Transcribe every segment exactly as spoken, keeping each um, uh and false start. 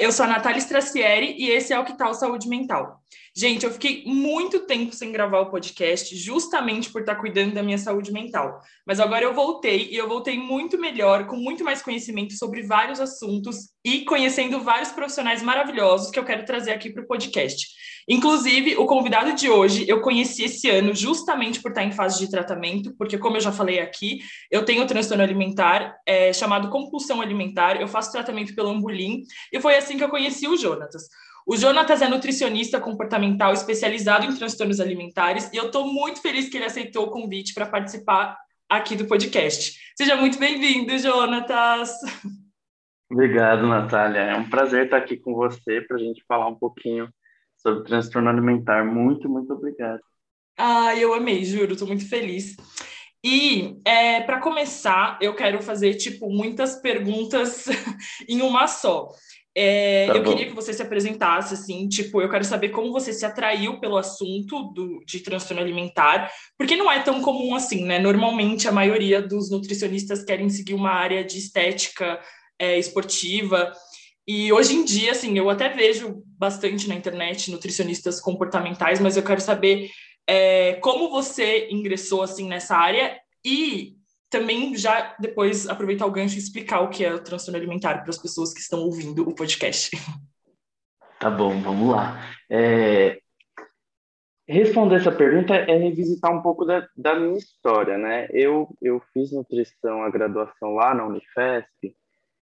eu sou a Natália Stracieri e esse é o Que Tal Saúde Mental. Gente, eu fiquei muito tempo sem gravar o podcast justamente por estar cuidando da minha saúde mental. Mas agora eu voltei e eu voltei muito melhor, com muito mais conhecimento sobre vários assuntos e conhecendo vários profissionais maravilhosos que eu quero trazer aqui para o podcast. Inclusive, o convidado de hoje eu conheci esse ano justamente por estar em fase de tratamento, porque como eu já falei aqui, eu tenho transtorno alimentar é, chamado compulsão alimentar, eu faço tratamento pelo Ambulim e foi assim que eu conheci o Jonatas. O Jonatas é nutricionista comportamental especializado em transtornos alimentares e eu estou muito feliz que ele aceitou o convite para participar aqui do podcast. Seja muito bem-vindo, Jonatas! Obrigado, Natália. É um prazer estar aqui com você para a gente falar um pouquinho sobre transtorno alimentar. Muito, muito obrigado. Ah, eu amei, juro, estou muito feliz. E, é, para começar, eu quero fazer, tipo, muitas perguntas em uma só. É, Tá eu queria bom. que você se apresentasse, assim, tipo, eu quero saber como você se atraiu pelo assunto do, de transtorno alimentar, porque não é tão comum assim, né? Normalmente, a maioria dos nutricionistas querem seguir uma área de estética, é, esportiva, e hoje em dia, assim, eu até vejo bastante na internet nutricionistas comportamentais, mas eu quero saber é, como você ingressou assim nessa área e também já depois aproveitar o gancho e explicar o que é o transtorno alimentar para as pessoas que estão ouvindo o podcast. Tá bom, vamos lá. É, Responder essa pergunta é revisitar um pouco da, da minha história, né? Eu, eu fiz nutrição, a graduação lá na Unifesp,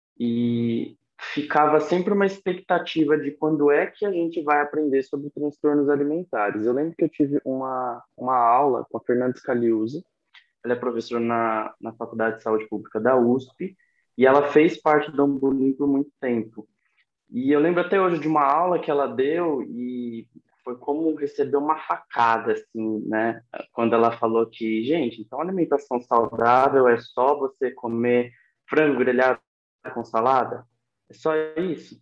e ficava sempre uma expectativa de quando é que a gente vai aprender sobre transtornos alimentares. Eu lembro que eu tive uma, uma aula com a Fernanda Scaliuzzi. Ela é professora na, na Faculdade de Saúde Pública da U S P e ela fez parte do Ambulim por muito tempo. E eu lembro até hoje de uma aula que ela deu e foi como receber uma facada, assim, né? Quando ela falou que, gente, então alimentação saudável é só você comer frango grelhado com salada? É só isso?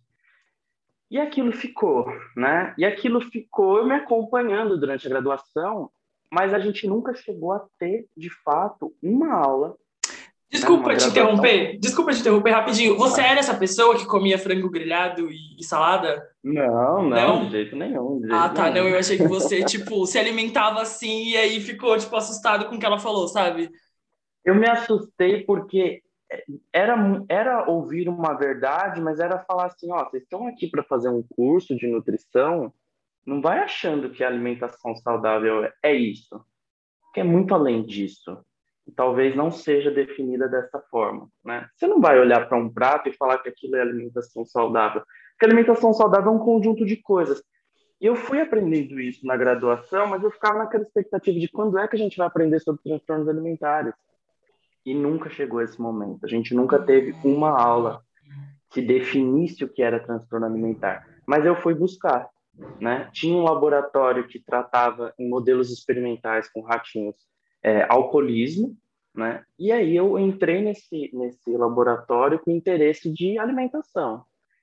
E aquilo ficou, né? E aquilo ficou me acompanhando durante a graduação, mas a gente nunca chegou a ter, de fato, uma aula, né, numa Desculpa te graduação. interromper, desculpa te interromper rapidinho. Você era essa pessoa que comia frango grelhado e, e salada? Não, não, de Não? jeito nenhum, de Ah, jeito tá, não, nenhum. eu achei que você, tipo, se alimentava assim e aí ficou, tipo, assustado com o que ela falou, sabe? Eu me assustei porque era, era ouvir uma verdade, mas era falar assim, ó, vocês estão aqui para fazer um curso de nutrição, não vai achando que a alimentação saudável é é isso, que é muito além disso. E talvez não seja definida dessa forma, né? Você não vai olhar para um prato e falar que aquilo é alimentação saudável, porque alimentação saudável é um conjunto de coisas. E eu fui aprendendo isso na graduação, mas eu ficava naquela expectativa de quando é que a gente vai aprender sobre transtornos alimentares. E nunca chegou esse momento. A gente nunca teve uma aula que definisse o que era transtorno alimentar. Mas eu fui buscar, né? Tinha um laboratório que tratava em modelos experimentais com ratinhos é, alcoolismo, né? E aí eu entrei nesse nesse laboratório com interesse de alimentação,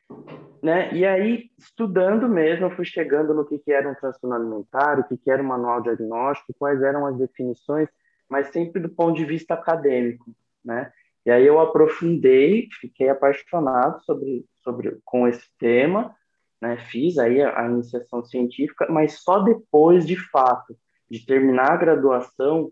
né? E aí estudando mesmo, eu fui chegando no que que era um transtorno alimentar, o que que era um manual diagnóstico, quais eram as definições, mas sempre do ponto de vista acadêmico, né? E aí eu aprofundei, fiquei apaixonado sobre sobre com esse tema, né? Fiz aí a, a iniciação científica, mas só depois, de fato, de terminar a graduação,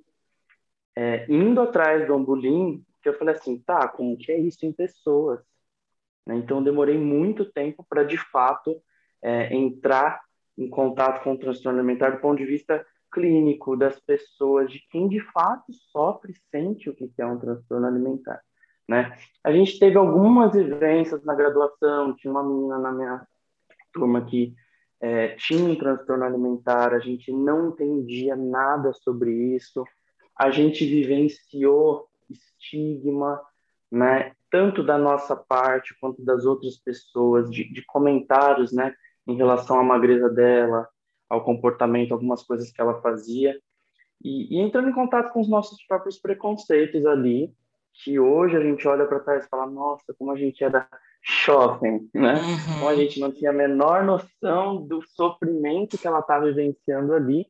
é, indo atrás do Ambulim, que eu falei assim, tá, como que é isso em pessoas? Né? Então, eu demorei muito tempo para, de fato, é, entrar em contato com o transtorno alimentar do ponto de vista clínico das pessoas, de quem de fato sofre, sente o que é um transtorno alimentar. Né? A gente teve algumas vivências na graduação, tinha uma menina na minha turma que é, tinha um transtorno alimentar, a gente não entendia nada sobre isso, a gente vivenciou estigma, né, tanto da nossa parte quanto das outras pessoas, de, de comentários, né, em relação à magreza dela, ao comportamento, algumas coisas que ela fazia, e, e entrando em contato com os nossos próprios preconceitos ali, que hoje a gente olha para trás e fala, nossa, como a gente era jovem, né? Como a Uhum. gente não tinha a menor noção do sofrimento que ela estava vivenciando ali.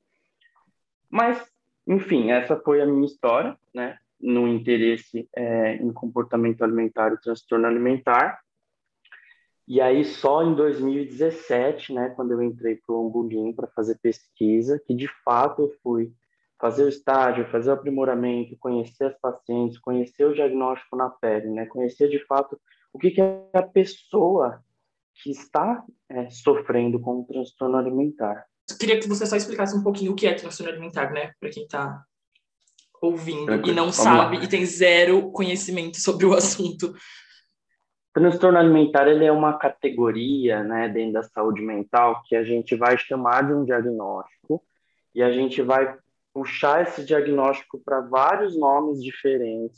Mas, enfim, essa foi a minha história, né? No interesse é, em comportamento alimentar e transtorno alimentar. E aí, só em dois mil e dezessete, né, quando eu entrei para o Angolim para fazer pesquisa, que de fato eu fui fazer o estágio, fazer o aprimoramento, conhecer as pacientes, conhecer o diagnóstico na pele, né, conhecer de fato o que, que é a pessoa que está é, sofrendo com um transtorno alimentar. Eu queria que você só explicasse um pouquinho o que é transtorno alimentar, né? Para quem está ouvindo e Tranquilo, não vamos sabe lá. e tem zero conhecimento sobre o assunto. Transtorno alimentar ele é uma categoria, né, dentro da saúde mental que a gente vai chamar de um diagnóstico e a gente vai puxar esse diagnóstico para vários nomes diferentes,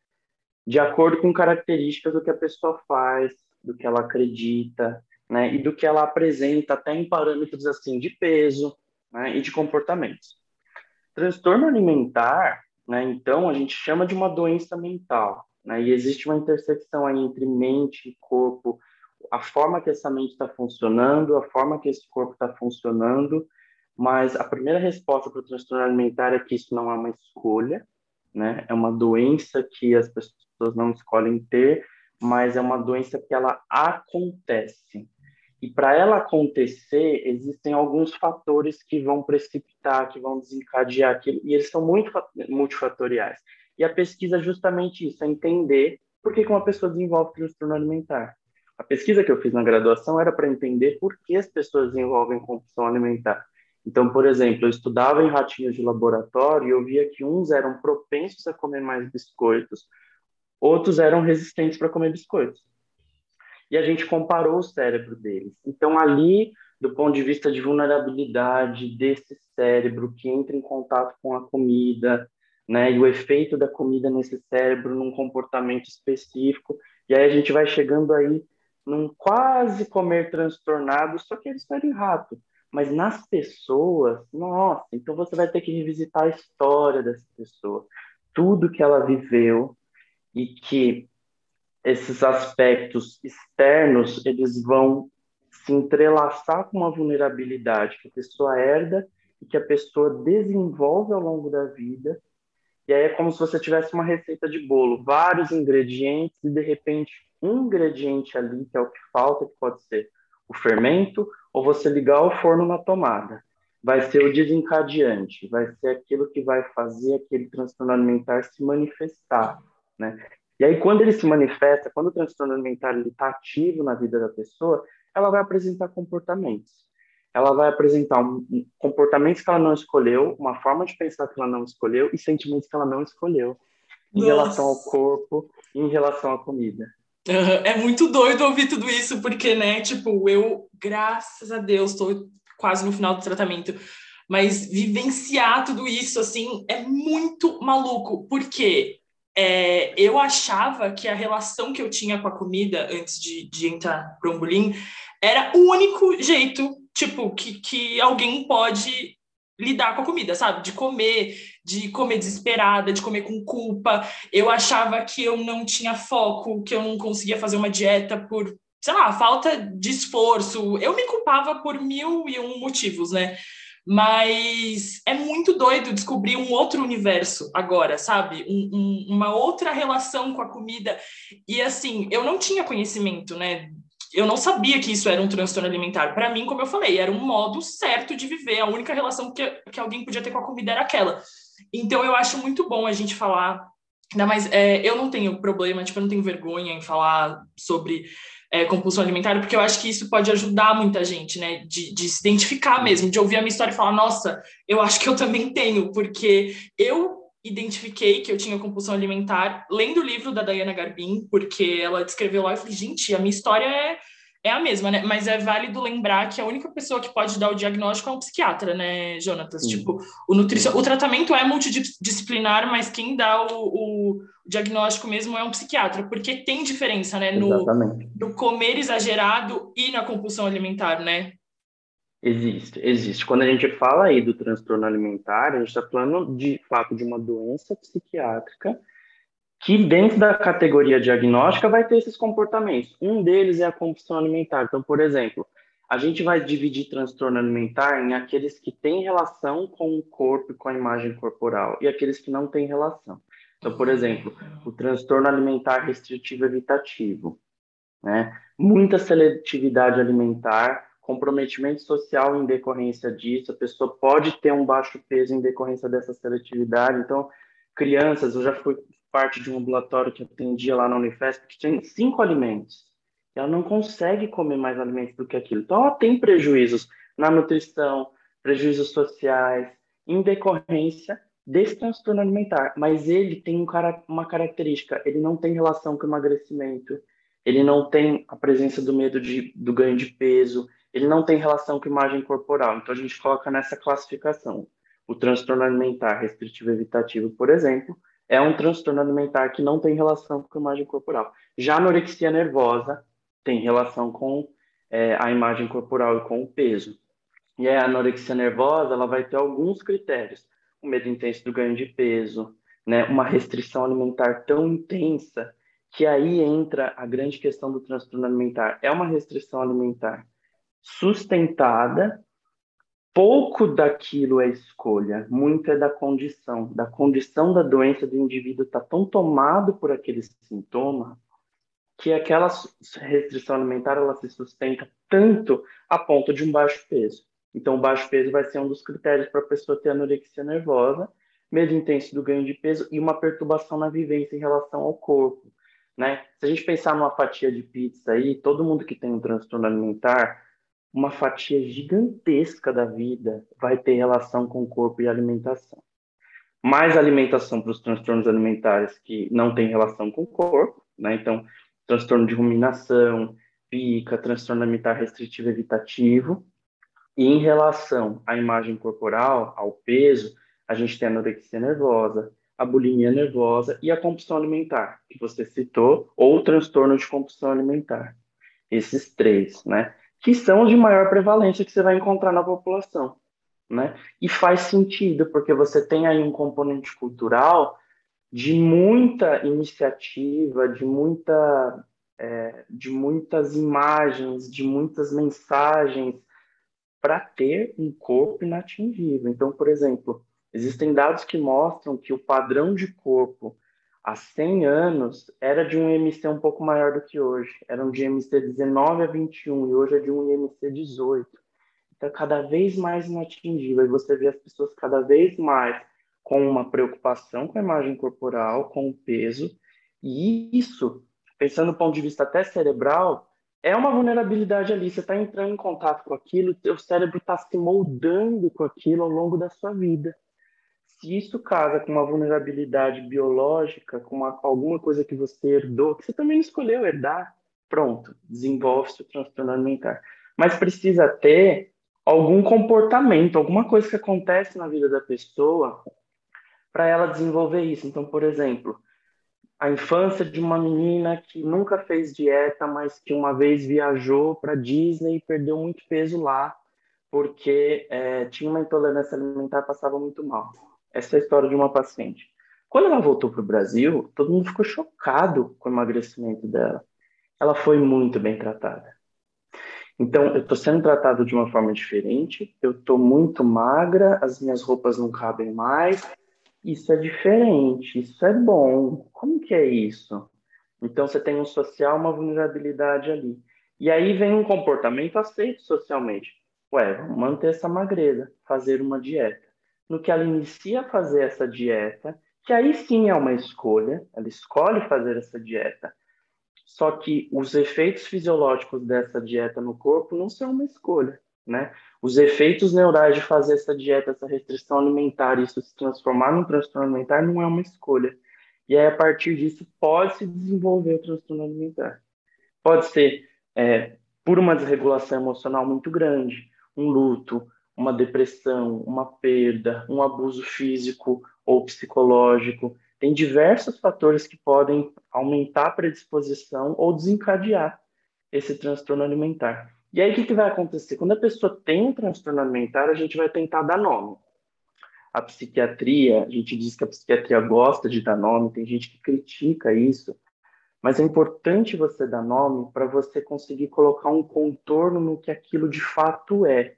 de acordo com características do que a pessoa faz, do que ela acredita, né, e do que ela apresenta, até em parâmetros assim de peso, né, e de comportamentos. Transtorno alimentar, né, então, a gente chama de uma doença mental, né, e existe uma intersecção aí entre mente e corpo, a forma que essa mente está funcionando, a forma que esse corpo está funcionando, mas a primeira resposta para o transtorno alimentar é que isso não é uma escolha, né, é uma doença que as pessoas não escolhem ter, mas é uma doença que ela acontece. E para ela acontecer, existem alguns fatores que vão precipitar, que vão desencadear aquilo, e eles são muito multifatoriais. E a pesquisa é justamente isso, é entender por que que uma pessoa desenvolve transtorno alimentar. A pesquisa que eu fiz na graduação era para entender por que as pessoas desenvolvem compulsão alimentar. Então, por exemplo, eu estudava em ratinhos de laboratório e eu via que uns eram propensos a comer mais biscoitos, outros eram resistentes para comer biscoitos e a gente comparou o cérebro deles. Então, ali, do ponto de vista de vulnerabilidade desse cérebro que entra em contato com a comida, né, e o efeito da comida nesse cérebro num comportamento específico, e aí a gente vai chegando aí num quase comer transtornado, só que eles comem rato. Mas nas pessoas, nossa, então você vai ter que revisitar a história dessa pessoa, tudo que ela viveu e que esses aspectos externos, eles vão se entrelaçar com uma vulnerabilidade que a pessoa herda e que a pessoa desenvolve ao longo da vida. E aí é como se você tivesse uma receita de bolo, vários ingredientes e de repente um ingrediente ali que é o que falta, que pode ser o fermento, ou você ligar o forno na tomada. Vai ser o desencadeante, vai ser aquilo que vai fazer aquele transtorno alimentar se manifestar, né? E aí, quando ele se manifesta, quando o transtorno alimentar está ativo na vida da pessoa, ela vai apresentar comportamentos. Ela vai apresentar um, um, comportamentos que ela não escolheu, uma forma de pensar que ela não escolheu e sentimentos que ela não escolheu em relação ao Nossa. corpo e em relação à comida. É muito doido ouvir tudo isso, porque, né, tipo, eu, graças a Deus, estou quase no final do tratamento, mas vivenciar tudo isso, assim, é muito maluco, porque é, eu achava que a relação que eu tinha com a comida antes de, de entrar pro Angolim era o único jeito, tipo, que, que alguém pode lidar com a comida, sabe? De comer, de comer desesperada, de comer com culpa. Eu achava que eu não tinha foco, que eu não conseguia fazer uma dieta por, sei lá, falta de esforço. Eu me culpava por mil e um motivos, né? Mas é muito doido descobrir um outro universo agora, sabe? Um, um, uma outra relação com a comida. E assim, eu não tinha conhecimento, né? Eu não sabia que isso era um transtorno alimentar. Para mim, como eu falei, era um modo certo de viver. A única relação que, que alguém podia ter com a comida era aquela. Então, eu acho muito bom a gente falar. Ainda mais, é, eu não tenho problema, tipo, eu não tenho vergonha em falar sobre é, compulsão alimentar, porque eu acho que isso pode ajudar muita gente, né? De, de se identificar mesmo, de ouvir a minha história e falar, nossa, eu acho que eu também tenho, porque eu identifiquei que eu tinha compulsão alimentar lendo o livro da Diana Garbin, porque ela descreveu lá e eu falei, gente, a minha história é é a mesma, né? Mas é válido lembrar que a única pessoa que pode dar o diagnóstico é um psiquiatra, né, Jonatas? Tipo, Sim, o nutricio... o sim, tratamento é multidisciplinar, mas quem dá o, o diagnóstico mesmo é um psiquiatra, porque tem diferença, né, no, exatamente. no comer exagerado e na compulsão alimentar, né? Existe, existe. Quando a gente fala aí do transtorno alimentar, a gente está falando de fato de uma doença psiquiátrica que dentro da categoria diagnóstica vai ter esses comportamentos. Um deles é a compulsão alimentar. Então, por exemplo, a gente vai dividir transtorno alimentar em aqueles que têm relação com o corpo e com a imagem corporal e aqueles que não têm relação. Então, por exemplo, o transtorno alimentar restritivo evitativo. né? Muita seletividade alimentar, comprometimento social em decorrência disso, a pessoa pode ter um baixo peso em decorrência dessa seletividade. Então, crianças, eu já fui parte de um ambulatório que atendia lá na Unifesp, que tinha cinco alimentos. Ela não consegue comer mais alimentos do que aquilo. Então, ela tem prejuízos na nutrição, prejuízos sociais, em decorrência desse transtorno alimentar. Mas ele tem um cara, uma característica, ele não tem relação com o emagrecimento, ele não tem a presença do medo de, do ganho de peso, ele não tem relação com imagem corporal. Então, a gente coloca nessa classificação. O transtorno alimentar restritivo evitativo, por exemplo, é um transtorno alimentar que não tem relação com a imagem corporal. Já a anorexia nervosa tem relação com é, a imagem corporal e com o peso. E a anorexia nervosa, ela vai ter alguns critérios. O medo intenso do ganho de peso, né? Uma restrição alimentar tão intensa que aí entra a grande questão do transtorno alimentar. É uma restrição alimentar sustentada, pouco daquilo é escolha, muito é da condição. Da condição da doença do indivíduo está tão tomado por aquele sintoma que aquela restrição alimentar ela se sustenta tanto a ponto de um baixo peso. Então, o baixo peso vai ser um dos critérios para a pessoa ter anorexia nervosa, medo intenso do ganho de peso e uma perturbação na vivência em relação ao corpo, né? Se a gente pensar numa fatia de pizza aí, todo mundo que tem um transtorno alimentar, uma fatia gigantesca da vida vai ter relação com o corpo e alimentação. Mais alimentação para os transtornos alimentares que não têm relação com o corpo, né? Então, transtorno de ruminação, pica, transtorno alimentar restritivo evitativo. E em relação à imagem corporal, ao peso, a gente tem a anorexia nervosa, a bulimia nervosa e a compulsão alimentar, que você citou, ou o transtorno de compulsão alimentar. Esses três, né? Que são os de maior prevalência que você vai encontrar na população, né? E faz sentido, porque você tem aí um componente cultural de muita iniciativa, de muita, é, de muitas imagens, de muitas mensagens para ter um corpo inatingível. Então, por exemplo, existem dados que mostram que o padrão de corpo há cem anos era de um I M C um pouco maior do que hoje. Era um de I M C dezenove a vinte e um e hoje é de um I M C dezoito. Então, cada vez mais inatingível. E você vê as pessoas cada vez mais com uma preocupação com a imagem corporal, com o peso. E isso, pensando do ponto de vista até cerebral, é uma vulnerabilidade ali. Você está entrando em contato com aquilo, seu cérebro está se moldando com aquilo ao longo da sua vida. Se isso casa com uma vulnerabilidade biológica, com uma, alguma coisa que você herdou, que você também não escolheu herdar, pronto, desenvolve-se o transtorno alimentar. Mas precisa ter algum comportamento, alguma coisa que acontece na vida da pessoa para ela desenvolver isso. Então, por exemplo, a infância de uma menina que nunca fez dieta, mas que uma vez viajou para Disney e perdeu muito peso lá, porque é, tinha uma intolerância alimentar, passava muito mal. Essa é a história de uma paciente. Quando ela voltou para o Brasil, todo mundo ficou chocado com o emagrecimento dela. Ela foi muito bem tratada. Então, eu estou sendo tratado de uma forma diferente, eu estou muito magra, as minhas roupas não cabem mais. Isso é diferente, isso é bom. Como que é isso? Então, você tem um social, uma vulnerabilidade ali. E aí vem um comportamento aceito socialmente. Ué, vamos manter essa magreza, fazer uma dieta. No que ela inicia a fazer essa dieta, que aí sim é uma escolha, ela escolhe fazer essa dieta. Só que os efeitos fisiológicos dessa dieta no corpo não são uma escolha, né? Os efeitos neurais de fazer essa dieta, essa restrição alimentar, isso se transformar num transtorno alimentar não é uma escolha. E aí, a partir disso, pode se desenvolver o transtorno alimentar. Pode ser é, por uma desregulação emocional muito grande, um luto, uma depressão, uma perda, um abuso físico ou psicológico. Tem diversos fatores que podem aumentar a predisposição ou desencadear esse transtorno alimentar. E aí, o que, que vai acontecer? Quando a pessoa tem um transtorno alimentar, a gente vai tentar dar nome. A psiquiatria, a gente diz que a psiquiatria gosta de dar nome, tem gente que critica isso, mas é importante você dar nome para você conseguir colocar um contorno no que aquilo de fato é,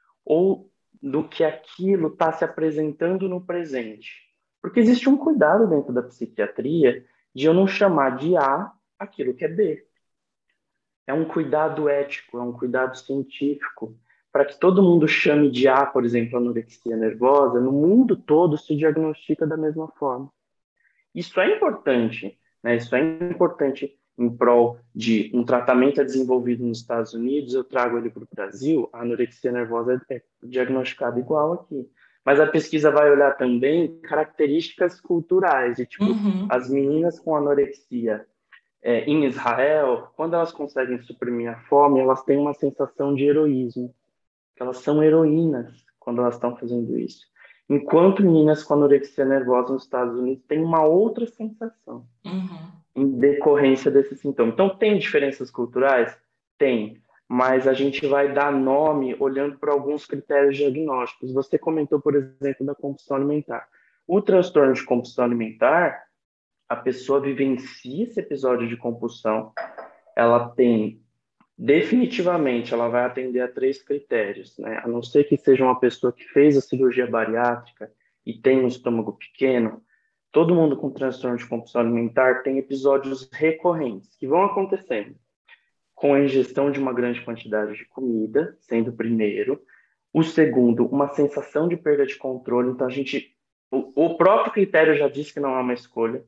ou do que aquilo está se apresentando no presente. Porque existe um cuidado dentro da psiquiatria de eu não chamar de A aquilo que é B. é um cuidado ético, é um cuidado científico, para que todo mundo chame de A, por exemplo, anorexia nervosa, no mundo todo se diagnostica da mesma forma. Isso é importante, né? Isso é importante em prol de um tratamento é desenvolvido nos Estados Unidos, eu trago ele para o Brasil, a anorexia nervosa é diagnosticada igual aqui. Mas a pesquisa vai olhar também características culturais, e tipo, Uhum. as meninas com anorexia é, em Israel, quando elas conseguem suprimir a fome, elas têm uma sensação de heroísmo, que elas são heroínas quando elas estão fazendo isso. Enquanto meninas com anorexia nervosa nos Estados Unidos têm uma outra sensação Uhum. em decorrência desse sintoma. Então, tem diferenças culturais? Tem, mas a gente vai dar nome olhando para alguns critérios diagnósticos. Você comentou, por exemplo, da compulsão alimentar. O transtorno de compulsão alimentar, a pessoa vivencia esse episódio de compulsão, ela tem definitivamente, ela vai atender a três critérios, né? A não ser que seja uma pessoa que fez a cirurgia bariátrica e tem um estômago pequeno, todo mundo com transtorno de compulsão alimentar tem episódios recorrentes que vão acontecendo com a ingestão de uma grande quantidade de comida, sendo o primeiro. O segundo, uma sensação de perda de controle. Então, a gente, o, o próprio critério já diz que não é uma escolha,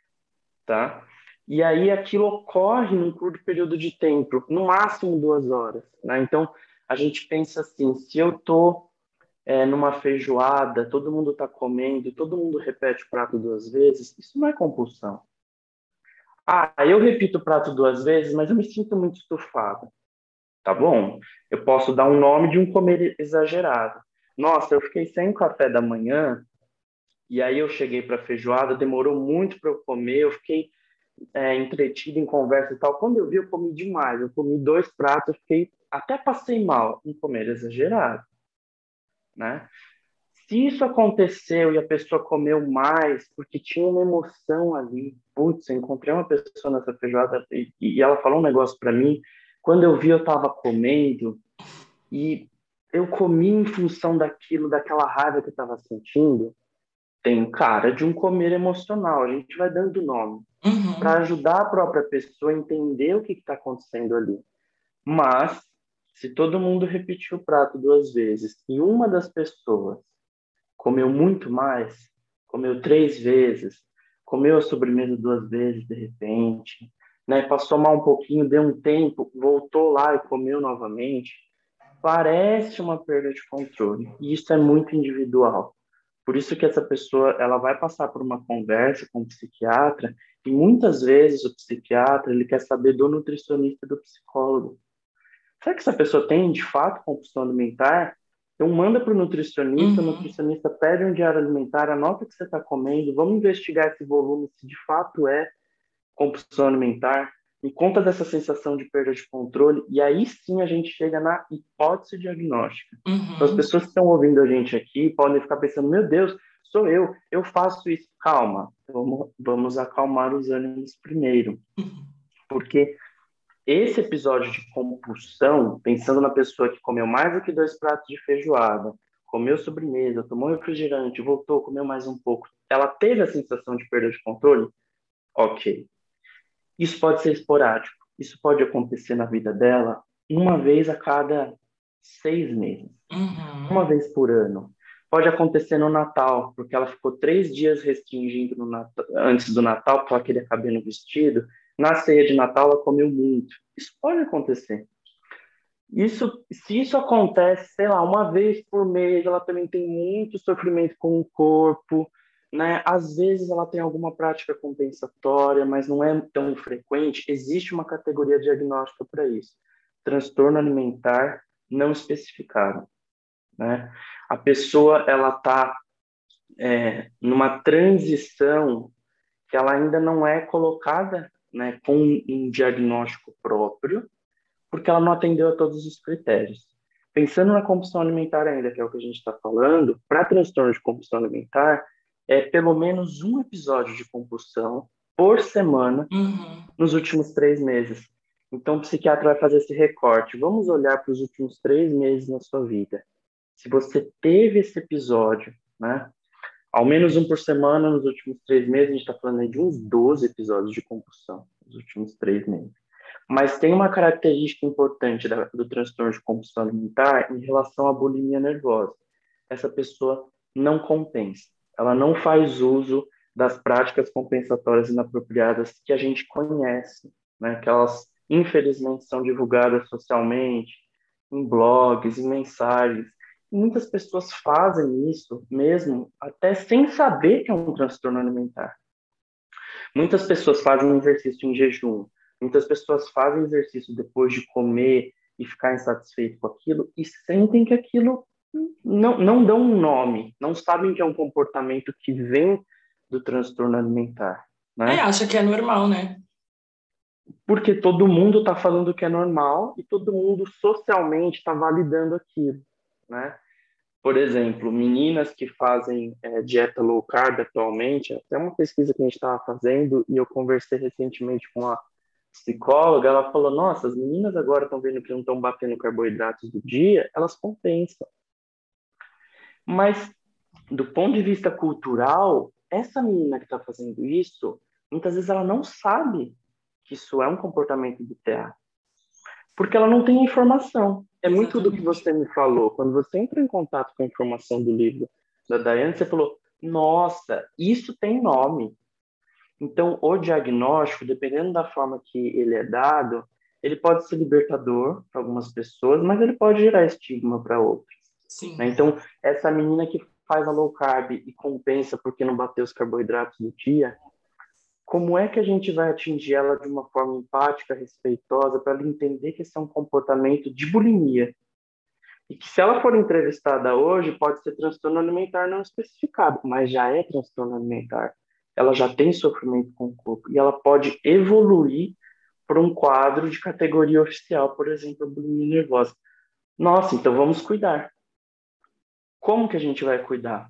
tá? E aí aquilo ocorre num curto período de tempo, no máximo duas horas, né? Então a gente pensa assim, se eu tô é, numa feijoada, todo mundo está comendo, todo mundo repete o prato duas vezes, isso não é compulsão. Ah, eu repito o prato duas vezes, mas eu me sinto muito estufado. Tá bom? Eu posso dar um nome de um comer exagerado. Nossa, eu fiquei sem o café da manhã e aí eu cheguei para a feijoada, demorou muito para eu comer, eu fiquei é, entretido em conversa e tal. Quando eu vi, eu comi demais. Eu comi dois pratos, fiquei até passei mal em comer exagerado, né? Se isso aconteceu e a pessoa comeu mais porque tinha uma emoção ali, putz, eu encontrei uma pessoa nessa feijoada e, e ela falou um negócio para mim. Quando eu vi, eu estava comendo e eu comi em função daquilo, daquela raiva que eu estava sentindo. Tem cara de um comer emocional. A gente vai dando nome para Uhum. ajudar a própria pessoa a entender o que está acontecendo ali. Mas, se todo mundo repetiu o prato duas vezes e uma das pessoas comeu muito mais, comeu três vezes, comeu a sobremesa duas vezes de repente, né, passou mal um pouquinho, deu um tempo, voltou lá e comeu novamente, parece uma perda de controle. E isso é muito individual. Por isso que essa pessoa ela vai passar por uma conversa com o psiquiatra e muitas vezes o psiquiatra ele quer saber do nutricionista e do psicólogo. Será que essa pessoa tem de fato compulsão alimentar? Então manda para o nutricionista, o Uhum. nutricionista pede um diário alimentar, anota o que você está comendo, vamos investigar esse volume se de fato é compulsão alimentar, me conta dessa sensação de perda de controle, e aí sim a gente chega na hipótese diagnóstica. Então, as Uhum. pessoas que estão ouvindo a gente aqui podem ficar pensando, meu Deus, sou eu, eu faço isso. Calma, vamos, vamos acalmar os ânimos primeiro, Uhum. porque esse episódio de compulsão, pensando na pessoa que comeu mais do que dois pratos de feijoada, comeu sobremesa, tomou refrigerante, voltou, comeu mais um pouco, ela teve a sensação de perda de controle? Ok. Isso pode ser esporádico. Isso pode acontecer na vida dela uma vez a cada seis meses, uma Uhum. vez por ano. Pode acontecer no Natal, porque ela ficou três dias restringindo no Natal, antes do Natal, porque ela queria caber no vestido. Na ceia de Natal, ela comeu muito. Isso pode acontecer. Isso, se isso acontece, sei lá, uma vez por mês, ela também tem muito sofrimento com o corpo, né? Às vezes ela tem alguma prática compensatória, mas não é tão frequente. Existe uma categoria diagnóstica para isso. Transtorno alimentar não especificado, né? A pessoa, ela está é, numa transição que ela ainda não é colocada, né, com um diagnóstico próprio, porque ela não atendeu a todos os critérios. Pensando na compulsão alimentar ainda, que é o que a gente está falando, para transtorno de compulsão alimentar, é pelo menos um episódio de compulsão por semana Uhum. nos últimos três meses. Então, o psiquiatra vai fazer esse recorte. Vamos olhar para os últimos três meses na sua vida. Se você teve esse episódio, né? Ao menos um por semana nos últimos três meses, a gente está falando aí de uns doze episódios de compulsão nos últimos três meses. Mas tem uma característica importante da, do transtorno de compulsão alimentar em relação à bulimia nervosa. Essa pessoa não compensa, ela não faz uso das práticas compensatórias inapropriadas que a gente conhece, né? Que elas, infelizmente, são divulgadas socialmente, em blogs, em mensagens. E muitas pessoas fazem isso mesmo até sem saber que é um transtorno alimentar. Muitas pessoas fazem exercício em jejum, muitas pessoas fazem exercício depois de comer e ficar insatisfeito com aquilo e sentem que aquilo não, não dão um nome, não sabem que é um comportamento que vem do transtorno alimentar, É, né? acha que é normal, né? Porque todo mundo está falando que é normal e todo mundo socialmente está validando aquilo, né? Por exemplo, meninas que fazem é, dieta low carb atualmente, até uma pesquisa que a gente estava fazendo e eu conversei recentemente com a psicóloga, ela falou, nossa, as meninas agora estão vendo que não estão batendo carboidratos do dia, elas compensam. Mas, do ponto de vista cultural, essa menina que está fazendo isso, muitas vezes ela não sabe que isso é um comportamento do T A, porque ela não tem informação. É muito do que Exatamente. você me falou. Quando você entrou em contato com a informação do livro da Daiane, você falou, nossa, isso tem nome. Então, o diagnóstico, dependendo da forma que ele é dado, ele pode ser libertador para algumas pessoas, mas ele pode gerar estigma para outras, né? Sim. Então, essa menina que faz a low carb e compensa porque não bateu os carboidratos do dia, como é que a gente vai atingir ela de uma forma empática, respeitosa, para ela entender que esse é um comportamento de bulimia? E que se ela for entrevistada hoje, pode ser transtorno alimentar não especificado, mas já é transtorno alimentar. Ela já tem sofrimento com o corpo e ela pode evoluir para um quadro de categoria oficial, por exemplo, a bulimia nervosa. Nossa, então vamos cuidar. Como que a gente vai cuidar?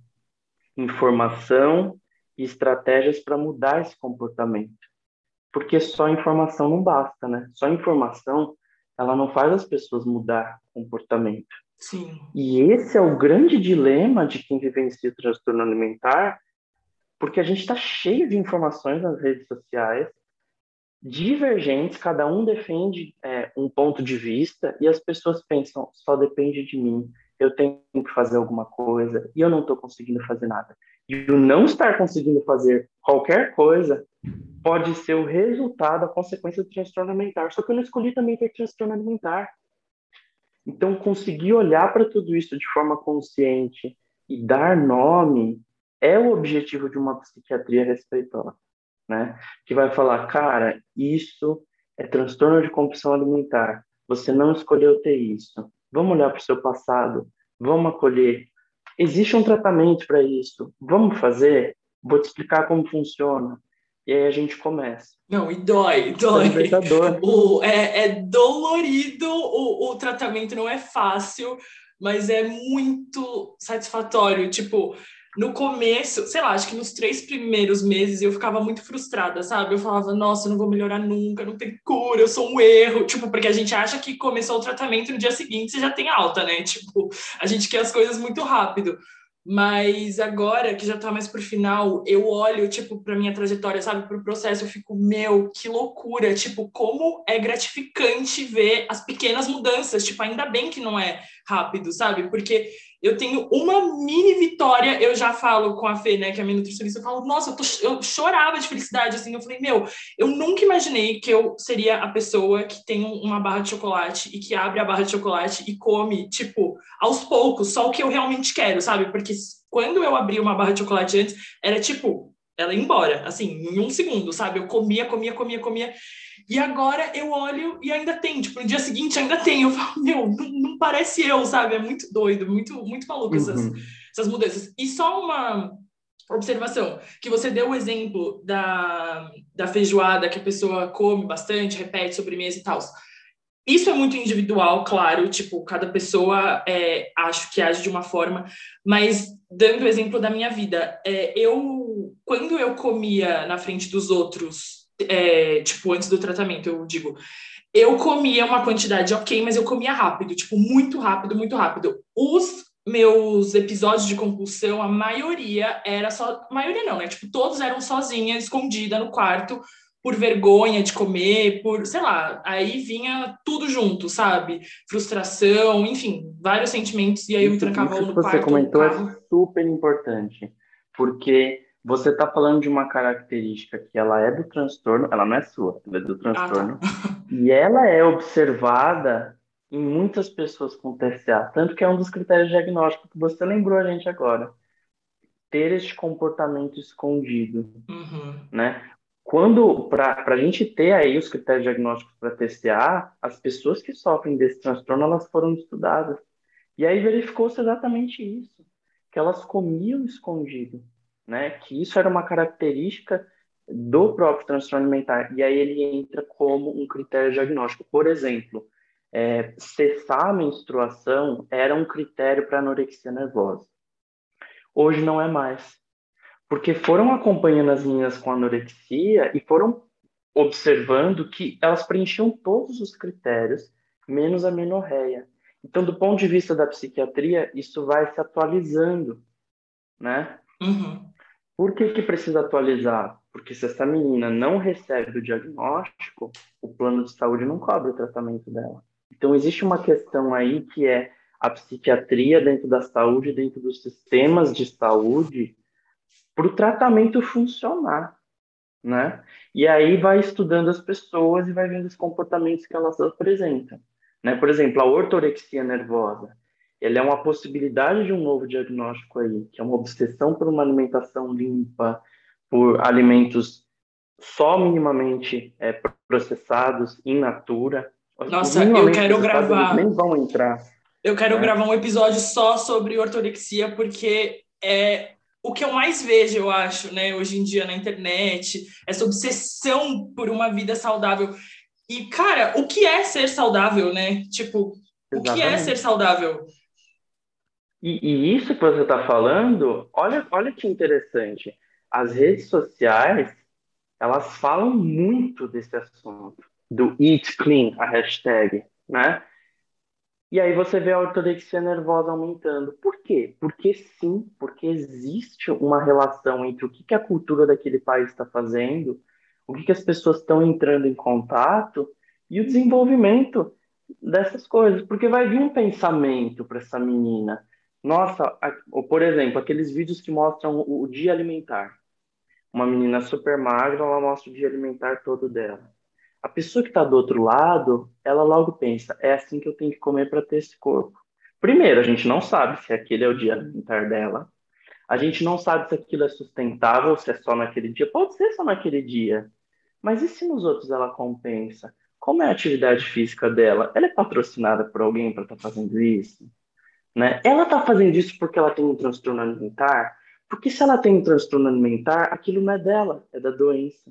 Informação e estratégias para mudar esse comportamento. Porque só informação não basta, né? Só informação, ela não faz as pessoas mudar comportamento. Sim. E esse é o grande dilema de quem vivencia o transtorno alimentar, porque a gente está cheio de informações nas redes sociais, divergentes, cada um defende é, um ponto de vista, e as pessoas pensam, só depende de mim, eu tenho que fazer alguma coisa, e eu não estou conseguindo fazer nada. E o não estar conseguindo fazer qualquer coisa pode ser o resultado, a consequência do transtorno alimentar. Só que eu não escolhi também ter transtorno alimentar. Então, conseguir olhar para tudo isso de forma consciente e dar nome é o objetivo de uma psiquiatria respeitosa, né? Que vai falar, cara, isso é transtorno de compulsão alimentar. Você não escolheu ter isso. Vamos olhar para o seu passado. Vamos acolher. Existe um tratamento para isso. Vamos fazer? Vou te explicar como funciona. E aí a gente começa. Não, e dói, Isso é dói. libertador. O, é, é dolorido, o, o tratamento não é fácil, mas é muito satisfatório. Tipo, no começo, sei lá, acho que nos três primeiros meses eu ficava muito frustrada, sabe? Eu falava, nossa, eu não vou melhorar nunca, não tem cura, eu sou um erro. Tipo, porque a gente acha que começou o tratamento no dia seguinte você já tem alta, né? Tipo, a gente quer as coisas muito rápido. Mas agora que já tá mais pro final, eu olho, tipo, pra minha trajetória, sabe, pro processo, eu fico, meu, que loucura, tipo, como é gratificante ver as pequenas mudanças, tipo, ainda bem que não é rápido, sabe, porque eu tenho uma mini vitória, eu já falo com a Fê, né, que é a minha nutricionista, eu falo, nossa, eu, tô, eu chorava de felicidade, assim, eu falei, meu, eu nunca imaginei que eu seria a pessoa que tem uma barra de chocolate e que abre a barra de chocolate e come, tipo, aos poucos, só o que eu realmente quero, sabe? Porque quando eu abri uma barra de chocolate antes, era tipo, ela ia embora, assim, em um segundo, sabe? Eu comia, comia, comia, comia. E agora eu olho e ainda tem, tipo, no dia seguinte ainda tem. Eu falo, meu, não, não parece eu, sabe? É muito doido, muito, muito maluco essas, Uhum. essas mudanças. E só uma observação, que você deu o exemplo da, da feijoada, que a pessoa come bastante, repete sobremesa e tal. Isso é muito individual, claro, tipo, cada pessoa é, acho que age de uma forma, mas dando o exemplo da minha vida, é, eu, quando eu comia na frente dos outros, é, tipo, antes do tratamento, eu digo, eu comia uma quantidade ok, mas eu comia rápido, tipo, muito rápido, muito rápido. Os meus episódios de compulsão, a maioria era só, a maioria não, né? Tipo, todos eram sozinha, escondida no quarto, por vergonha de comer, por, sei lá, aí vinha tudo junto, sabe? Frustração, enfim, vários sentimentos, e aí eu me Isso, trancava isso ou que no você quarto ou no comentou é carro. super importante, porque você está falando de uma característica que ela é do transtorno, ela não é sua, ela é do Ah, tá. transtorno, e ela é observada em muitas pessoas com T C A, tanto que é um dos critérios diagnósticos que você lembrou a gente agora, ter este comportamento escondido, Uhum. né? Quando, para a gente ter aí os critérios diagnósticos para T C A, as pessoas que sofrem desse transtorno, elas foram estudadas. E aí verificou-se exatamente isso, que elas comiam escondido, né? Que isso era uma característica do próprio transtorno alimentar. E aí ele entra como um critério diagnóstico. Por exemplo, é, cessar a menstruação era um critério para anorexia nervosa. Hoje não é mais, porque foram acompanhando as meninas com anorexia e foram observando que elas preenchiam todos os critérios, menos a menorreia. Então, do ponto de vista da psiquiatria, isso vai se atualizando, né? Uhum. Por que que precisa atualizar? Porque se essa menina não recebe o diagnóstico, o plano de saúde não cobre o tratamento dela. Então, existe uma questão aí que é a psiquiatria dentro da saúde, dentro dos sistemas de saúde, para o tratamento funcionar, né? E aí vai estudando as pessoas e vai vendo os comportamentos que elas apresentam, né? Por exemplo, a ortorexia nervosa, ele é uma possibilidade de um novo diagnóstico aí, que é uma obsessão por uma alimentação limpa, por alimentos só minimamente é, processados, in natura. Os Nossa, eu minimamente quero processados, eles gravar, nem vão entrar, eu quero né? gravar um episódio só sobre ortorexia, porque é o que eu mais vejo, eu acho, né, hoje em dia na internet, essa obsessão por uma vida saudável. E, cara, o que é ser saudável, né? Tipo, o que é ser Exatamente. saudável? E, e isso que você está falando, olha, olha que interessante. As redes sociais, elas falam muito desse assunto, do Eat Clean, a hashtag, né? E aí você vê a ortorexia nervosa aumentando. Por quê? Porque sim, porque existe uma relação entre o que que a cultura daquele país está fazendo, o que que as pessoas estão entrando em contato e o desenvolvimento dessas coisas. Porque vai vir um pensamento para essa menina. Nossa, a- ou, por exemplo, aqueles vídeos que mostram o, o dia alimentar. Uma menina super magra, ela mostra o dia alimentar todo dela. A pessoa que está do outro lado, ela logo pensa, é assim que eu tenho que comer para ter esse corpo. Primeiro, a gente não sabe se aquele é o dia alimentar dela. A gente não sabe se aquilo é sustentável, se é só naquele dia. Pode ser só naquele dia. Mas e se nos outros ela compensa? Como é a atividade física dela? Ela é patrocinada por alguém para estar fazendo isso? Né? Ela está fazendo isso porque ela tem um transtorno alimentar? Porque se ela tem um transtorno alimentar, aquilo não é dela, é da doença.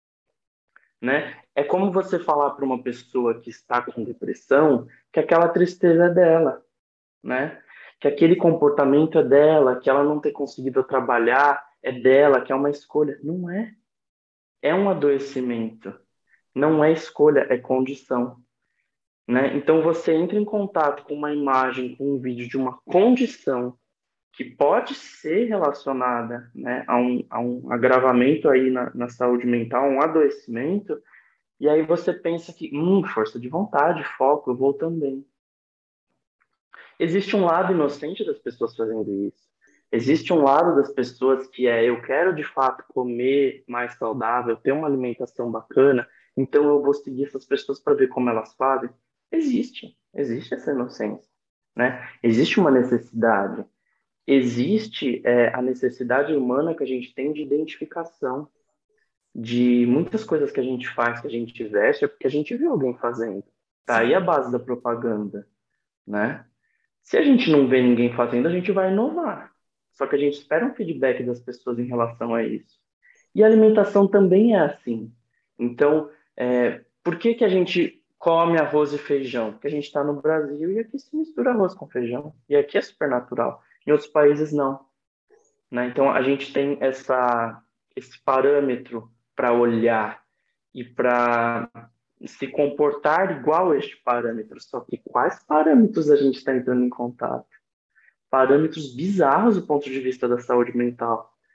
Né? É como você falar para uma pessoa que está com depressão que aquela tristeza é dela, né? Que aquele comportamento é dela, que ela não ter conseguido trabalhar é dela, que é uma escolha. Não é. É um adoecimento. Não é escolha, é condição, né? Então você entra em contato com uma imagem, com um vídeo de uma condição que pode ser relacionada, né, a um, a um agravamento aí na, na saúde mental, um adoecimento. E aí você pensa que, hum, força de vontade, foco, eu vou também. Existe um lado inocente das pessoas fazendo isso. Existe um lado das pessoas que é, eu quero de fato comer mais saudável, ter uma alimentação bacana, então eu vou seguir essas pessoas para ver como elas fazem. Existe, existe essa inocência, né? Existe uma necessidade. Existe é, a necessidade humana que a gente tem de identificação de muitas coisas que a gente faz, que a gente veste, é porque a gente viu alguém fazendo. Tá aí a Sim. base da propaganda, né? Se a gente não vê ninguém fazendo, a gente vai inovar. Só que a gente espera um feedback das pessoas em relação a isso. E a alimentação também é assim. Então, é, por que que a gente come arroz e feijão? Porque a gente está no Brasil e aqui se mistura arroz com feijão. E aqui é super natural. Em outros países, não. Né? Então, a gente tem essa, esse parâmetro para olhar e para se comportar igual a este parâmetro. Só que quais parâmetros a gente está entrando em contato? Parâmetros bizarros do ponto de vista da saúde mental.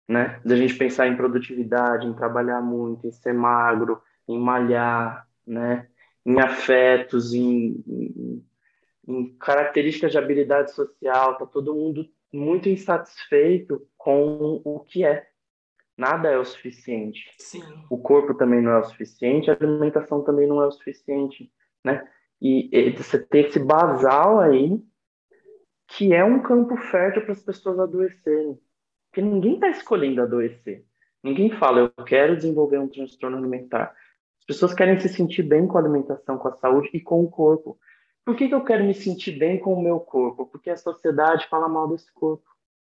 né? Da gente pensar em produtividade, em trabalhar muito, em ser magro, em malhar, né? Em afetos, em, em, em características de habilidade social, tá todo mundo muito insatisfeito com o que é. Nada é o suficiente. Sim. O corpo também não é o suficiente, a alimentação também não é o suficiente, né? E, e você tem esse basal aí, que é um campo fértil para as pessoas adoecerem. Porque ninguém está escolhendo adoecer. Ninguém fala, eu quero desenvolver um transtorno alimentar. As pessoas querem se sentir bem com a alimentação, com a saúde e com o corpo. Por que que eu quero me sentir bem com o meu corpo? Porque a sociedade fala mal desse corpo.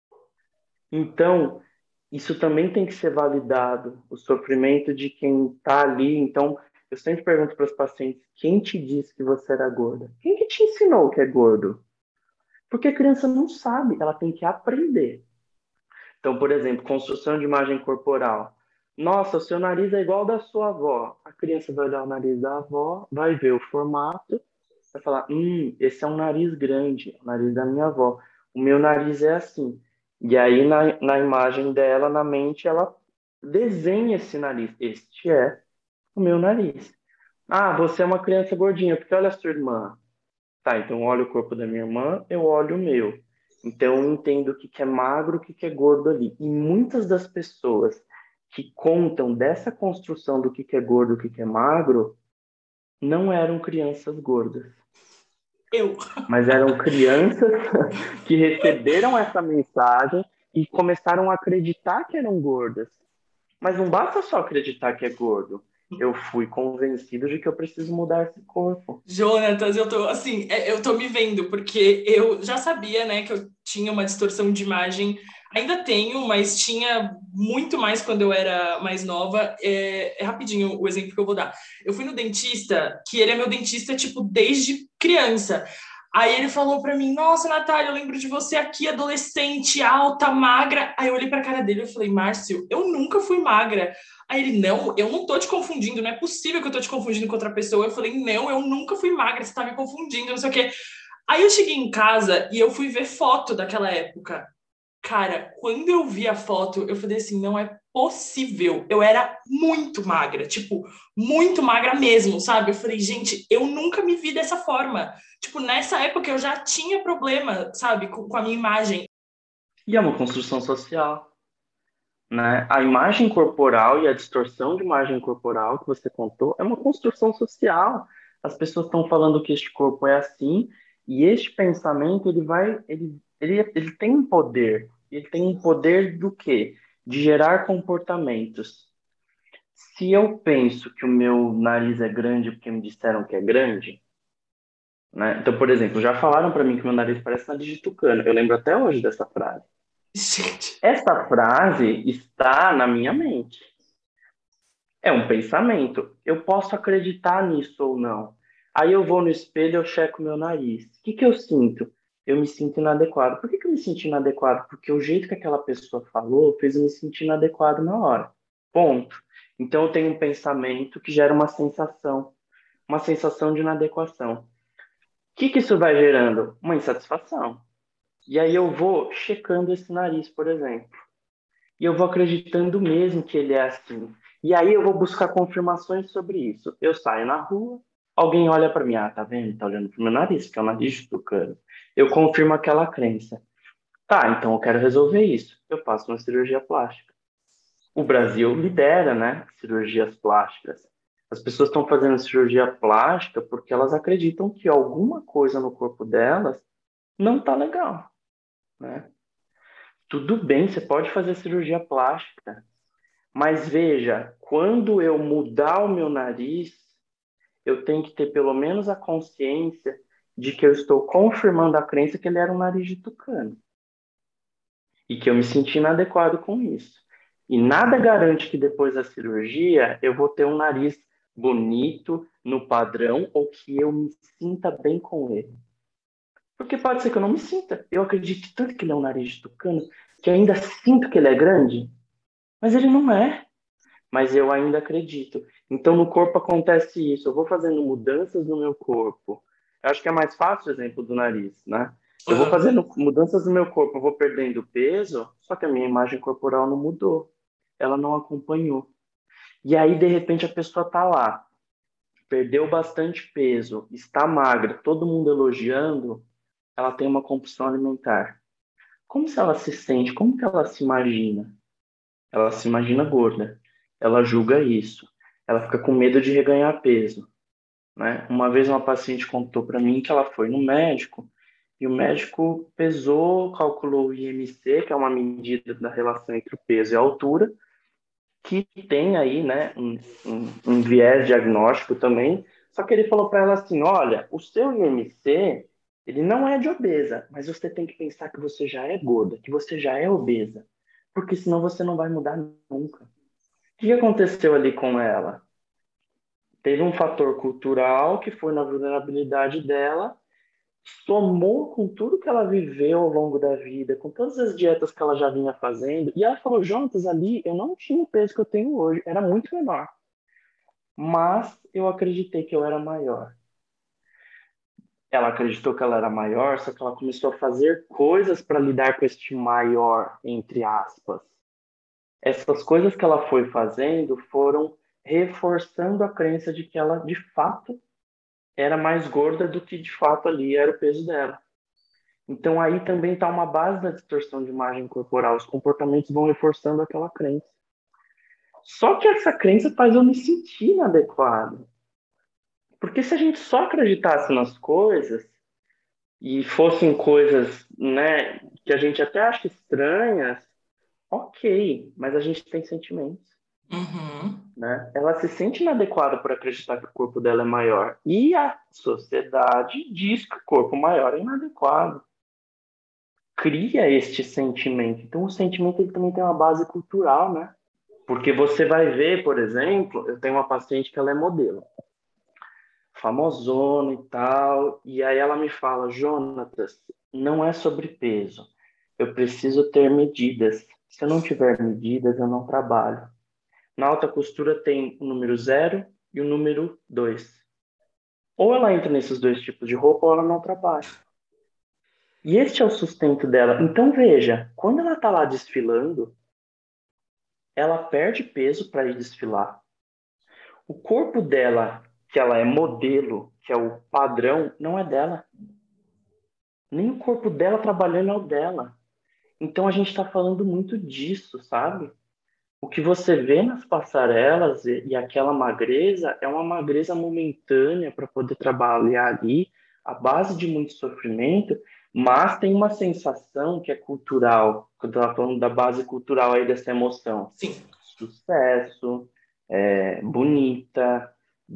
Então, isso também tem que ser validado, o sofrimento de quem está ali. Então, eu sempre pergunto para os pacientes, quem te disse que você era gorda? Quem que te ensinou que é gordo? Porque a criança não sabe, ela tem que aprender. Então, por exemplo, construção de imagem corporal. Nossa, o seu nariz é igual ao da sua avó. A criança vai olhar o nariz da avó, vai ver o formato, vai falar, hum, esse é um nariz grande, o nariz da minha avó. O meu nariz é assim. E aí, na, na imagem dela, na mente, ela desenha esse nariz. Este é o meu nariz. Ah, você é uma criança gordinha, porque olha a sua irmã. Tá, então eu olho o corpo da minha irmã, eu olho o meu. Então eu entendo o que que é magro, o que que é gordo ali. E muitas das pessoas que contam dessa construção do que que é gordo, o que que é magro, não eram crianças gordas, Eu. mas eram crianças que receberam essa mensagem e começaram a acreditar que eram gordas. Mas não basta só acreditar que é gordo. Eu fui convencido de que eu preciso mudar esse corpo. Jonatas, eu tô assim, é, eu tô me vendo, porque eu já sabia, né, que eu tinha uma distorção de imagem, ainda tenho, mas tinha muito mais quando eu era mais nova. É, é rapidinho o exemplo que eu vou dar. Eu fui no dentista, que ele é meu dentista, tipo, desde criança. Aí ele falou pra mim, nossa, Natália, eu lembro de você aqui, adolescente, alta, magra. Aí eu olhei pra cara dele e falei, Márcio, eu nunca fui magra. Aí ele, não, eu não tô te confundindo, não é possível que eu tô te confundindo com outra pessoa. Eu falei, não, eu nunca fui magra, você tá me confundindo, não sei o quê. Aí eu cheguei em casa e eu fui ver foto daquela época. Cara, quando eu vi a foto, eu falei assim, não é possível. Eu era muito magra, tipo, muito magra mesmo, sabe? Eu falei, gente, eu nunca me vi dessa forma. Tipo, nessa época eu já tinha problema, sabe, com, com a minha imagem. E é uma construção social. Né? A imagem corporal e a distorção de imagem corporal que você contou é uma construção social. As pessoas estão falando que este corpo é assim e este pensamento ele vai, ele, ele, ele tem um poder. Ele tem um poder do quê? De gerar comportamentos. Se eu penso que o meu nariz é grande porque me disseram que é grande, né? Então, por exemplo, já falaram para mim que meu nariz parece nariz de tucano. Eu lembro até hoje dessa frase. Gente, Essa frase está na minha mente. É um pensamento. Eu posso acreditar nisso ou não. Aí eu vou no espelho, eu checo meu nariz. O que que eu sinto? Eu me sinto inadequado. Por que que eu me sinto inadequado? Porque o jeito que aquela pessoa falou fez eu me sentir inadequado na hora. Ponto. Então eu tenho um pensamento que gera uma sensação, uma sensação de inadequação. O que que isso vai gerando? Uma insatisfação. E aí eu vou checando esse nariz, por exemplo. E eu vou acreditando mesmo que ele é assim. E aí eu vou buscar confirmações sobre isso. Eu saio na rua, alguém olha para mim, ah, tá vendo? Tá olhando pro meu nariz, que é o nariz de tucano. Eu confirmo aquela crença. Tá, então eu quero resolver isso. Eu faço uma cirurgia plástica. O Brasil lidera, né, cirurgias plásticas. As pessoas estão fazendo cirurgia plástica porque elas acreditam que alguma coisa no corpo delas não tá legal, né? Tudo bem, você pode fazer cirurgia plástica, mas veja, quando eu mudar o meu nariz, eu tenho que ter pelo menos a consciência de que eu estou confirmando a crença que ele era um nariz de tucano. E que eu me senti inadequado com isso. E nada garante que depois da cirurgia eu vou ter um nariz bonito, no padrão, ou que eu me sinta bem com ele. Porque pode ser que eu não me sinta. Eu acredito tanto que ele é um nariz de tucano, que eu ainda sinto que ele é grande, mas ele não é. Mas eu ainda acredito. Então, no corpo acontece isso. Eu vou fazendo mudanças no meu corpo. Eu acho que é mais fácil o exemplo do nariz, né? Eu vou Aham. fazendo mudanças no meu corpo, eu vou perdendo peso, só que a minha imagem corporal não mudou. Ela não acompanhou. E aí, de repente, a pessoa tá lá, perdeu bastante peso, está magra, todo mundo elogiando, ela tem uma compulsão alimentar. Como se ela se sente? Como que ela se imagina? Ela se imagina gorda. Ela julga isso. Ela fica com medo de reganhar peso, né? Uma vez uma paciente contou para mim que ela foi no médico e o médico pesou, calculou o I M C, que é uma medida da relação entre o peso e a altura, que tem aí, né, um, um, um viés diagnóstico também. Só que ele falou para ela assim, olha, o seu I M C, ele não é de obesa, mas você tem que pensar que você já é gorda, que você já é obesa, porque senão você não vai mudar nunca. O que aconteceu ali com ela? Teve um fator cultural que foi na vulnerabilidade dela, somou com tudo que ela viveu ao longo da vida, com todas as dietas que ela já vinha fazendo, e ela falou, Jonas, ali eu não tinha o peso que eu tenho hoje, era muito menor, mas eu acreditei que eu era maior. Ela acreditou que ela era maior, só que ela começou a fazer coisas para lidar com este maior, entre aspas. Essas coisas que ela foi fazendo foram reforçando a crença de que ela, de fato, era mais gorda do que, de fato, ali era o peso dela. Então, aí também está uma base da distorção de imagem corporal. Os comportamentos vão reforçando aquela crença. Só que essa crença faz eu me sentir inadequado. Porque se a gente só acreditasse nas coisas, e fossem coisas, né, que a gente até acha estranhas, ok, mas a gente tem sentimentos, Uhum. né? Ela se sente inadequada por acreditar que o corpo dela é maior. E a sociedade diz que o corpo maior é inadequado. Cria este sentimento. Então, o sentimento ele também tem uma base cultural, né? Porque você vai ver, por exemplo, eu tenho uma paciente que ela é modelo, famosona e tal, e aí ela me fala, Jonatas, não é sobre peso, eu preciso ter medidas. Se eu não tiver medidas, eu não trabalho. Na alta costura tem o número zero e o número dois. Ou ela entra nesses dois tipos de roupa ou ela não trabalha. E este é o sustento dela. Então veja, quando ela está lá desfilando, ela perde peso para ir desfilar. O corpo dela, que ela é modelo, que é o padrão, não é dela. Nem o corpo dela trabalhando é o dela. Então a gente está falando muito disso, sabe? O que você vê nas passarelas e, e aquela magreza é uma magreza momentânea para poder trabalhar ali, a base de muito sofrimento, mas tem uma sensação que é cultural, que eu estava falando da base cultural aí dessa emoção. Sim. Sucesso, é, bonita,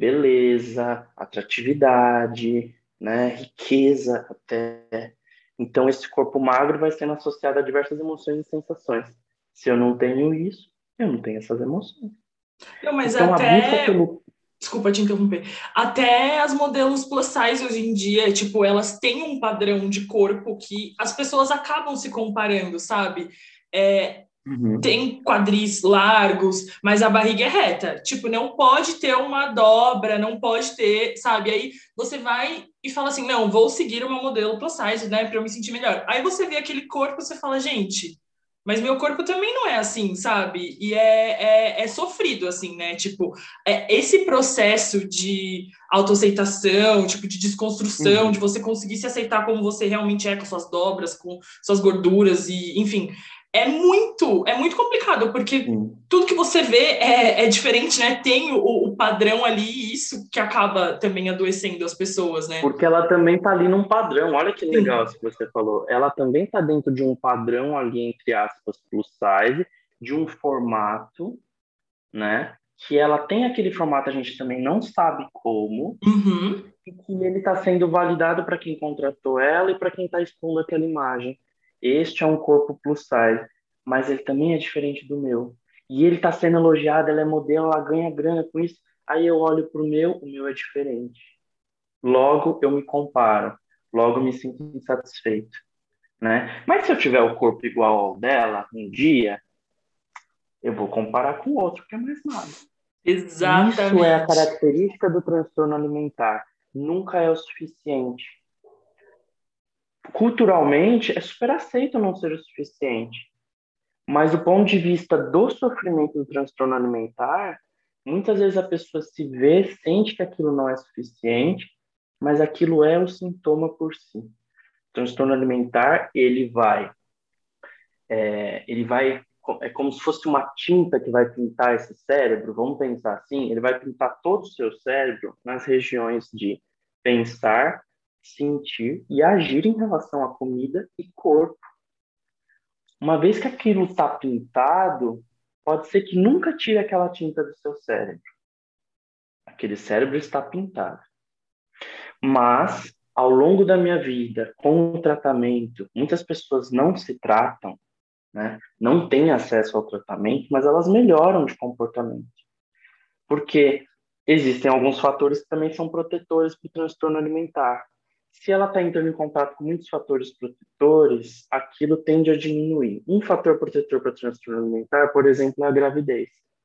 beleza, atratividade, né, riqueza até. Então esse corpo magro vai sendo associado a diversas emoções e sensações. Se eu não tenho isso, eu não tenho essas emoções. Não, mas Então a busca até. pelo... Desculpa te interromper. Até as modelos plus size hoje em dia, tipo, elas têm um padrão de corpo que as pessoas acabam se comparando, sabe? É, Uhum. tem quadris largos, mas a barriga é reta. Tipo, não pode ter uma dobra, não pode ter, sabe? Aí você vai e fala assim: não, vou seguir uma modelo plus size, né, pra eu me sentir melhor. Aí você vê aquele corpo e você fala: gente, mas meu corpo também não é assim, sabe? E é, é, é sofrido, assim, né? Tipo, é esse processo de autoaceitação, tipo, de desconstrução, de Uhum. você conseguir se aceitar como você realmente é, com suas dobras, com suas gorduras, e enfim, é muito, é muito complicado, porque Sim. tudo que você vê é, é diferente, né? Tem o, o padrão ali, e isso que acaba também adoecendo as pessoas, né? Porque ela também está ali num padrão. Olha que legal Sim. isso que você falou. Ela também está dentro de um padrão ali, entre aspas, plus size, de um formato, né? Que ela tem aquele formato, a gente também não sabe como, Uhum. e que ele está sendo validado para quem contratou ela e para quem está expondo aquela imagem. Este é um corpo plus size, mas ele também é diferente do meu. E ele está sendo elogiado, ela é modelo, ela ganha grana com isso. Aí eu olho para o meu, o meu é diferente. Logo eu me comparo, logo eu me sinto insatisfeito, né? Mas se eu tiver o corpo igual ao dela um dia, eu vou comparar com o outro que é mais magro. Isso é a Exatamente. característica do transtorno alimentar. Nunca é o suficiente. culturalmente, é super aceito não ser o suficiente. Mas do ponto de vista do sofrimento do transtorno alimentar, muitas vezes a pessoa se vê, sente que aquilo não é suficiente, mas aquilo é o sintoma por si. O transtorno alimentar, ele vai, é, ele vai, é como se fosse uma tinta que vai pintar esse cérebro, vamos pensar assim, ele vai pintar todo o seu cérebro nas regiões de pensar, sentir e agir em relação à comida e corpo. Uma vez que aquilo está pintado, pode ser que nunca tire aquela tinta do seu cérebro. Aquele cérebro está pintado. Mas, ao longo da minha vida, com o tratamento, muitas pessoas não se tratam, né? Não têm acesso ao tratamento, mas elas melhoram de comportamento. Porque existem alguns fatores que também são protetores para o transtorno alimentar. Se ela está entrando em contato com muitos fatores protetores, aquilo tende a diminuir. Um fator protetor para transtorno alimentar, por exemplo, é a gravidez.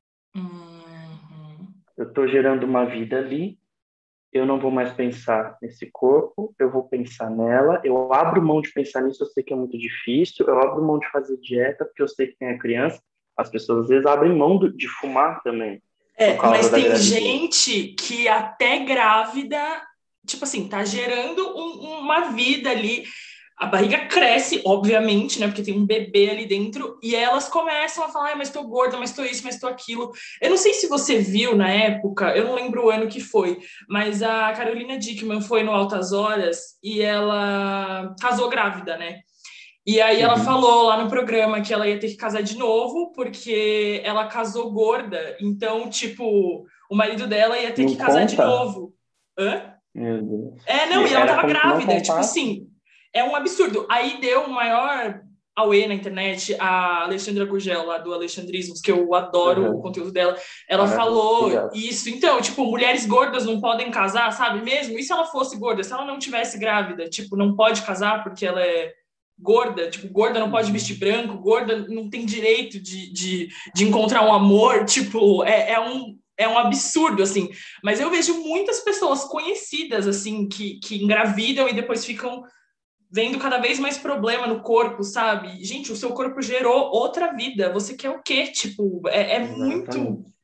Uhum. Eu estou gerando uma vida ali, eu não vou mais pensar nesse corpo, eu vou pensar nela, eu abro mão de pensar nisso, eu sei que é muito difícil, eu abro mão de fazer dieta, porque eu sei que tem a criança. As pessoas às vezes abrem mão de fumar também, por É, causa mas da tem gravidez. gente que até grávida, tipo assim, tá gerando um- uma vida ali. A barriga cresce, obviamente, né? Porque tem um bebê ali dentro, e elas começam a falar, ah, mas tô gorda, mas tô isso, mas tô aquilo. Eu não sei se você viu na época, eu não lembro o ano que foi, mas a Carolina Dickmann foi no Altas Horas e ela casou grávida, né? E aí ela Uhum. falou lá no programa que ela ia ter que casar de novo, porque ela casou gorda. Então, tipo, o marido dela ia ter que Não casar de conta? novo. Hã? Meu Deus. É, E não, e ela era tava como se não grávida. Tipo contasse? assim, é um absurdo. Aí deu o maior auê na internet, a Alexandra Gurgel, lá do Alexandrismos, que eu adoro o Uhum. conteúdo dela, ela falou Maravilhoso. isso. Então, tipo, mulheres gordas não podem casar, sabe mesmo? E se ela fosse gorda? Se ela não tivesse grávida, tipo, não pode casar porque ela é gorda, tipo, gorda não pode vestir Uhum. branco, gorda não tem direito de, de, de encontrar um amor, tipo, é, é um é um absurdo, assim. Mas eu vejo muitas pessoas conhecidas, assim, que, que engravidam e depois ficam vendo cada vez mais problema no corpo, sabe? Gente, o seu corpo gerou outra vida. Você quer o quê? Tipo, é, é muito... Exatamente.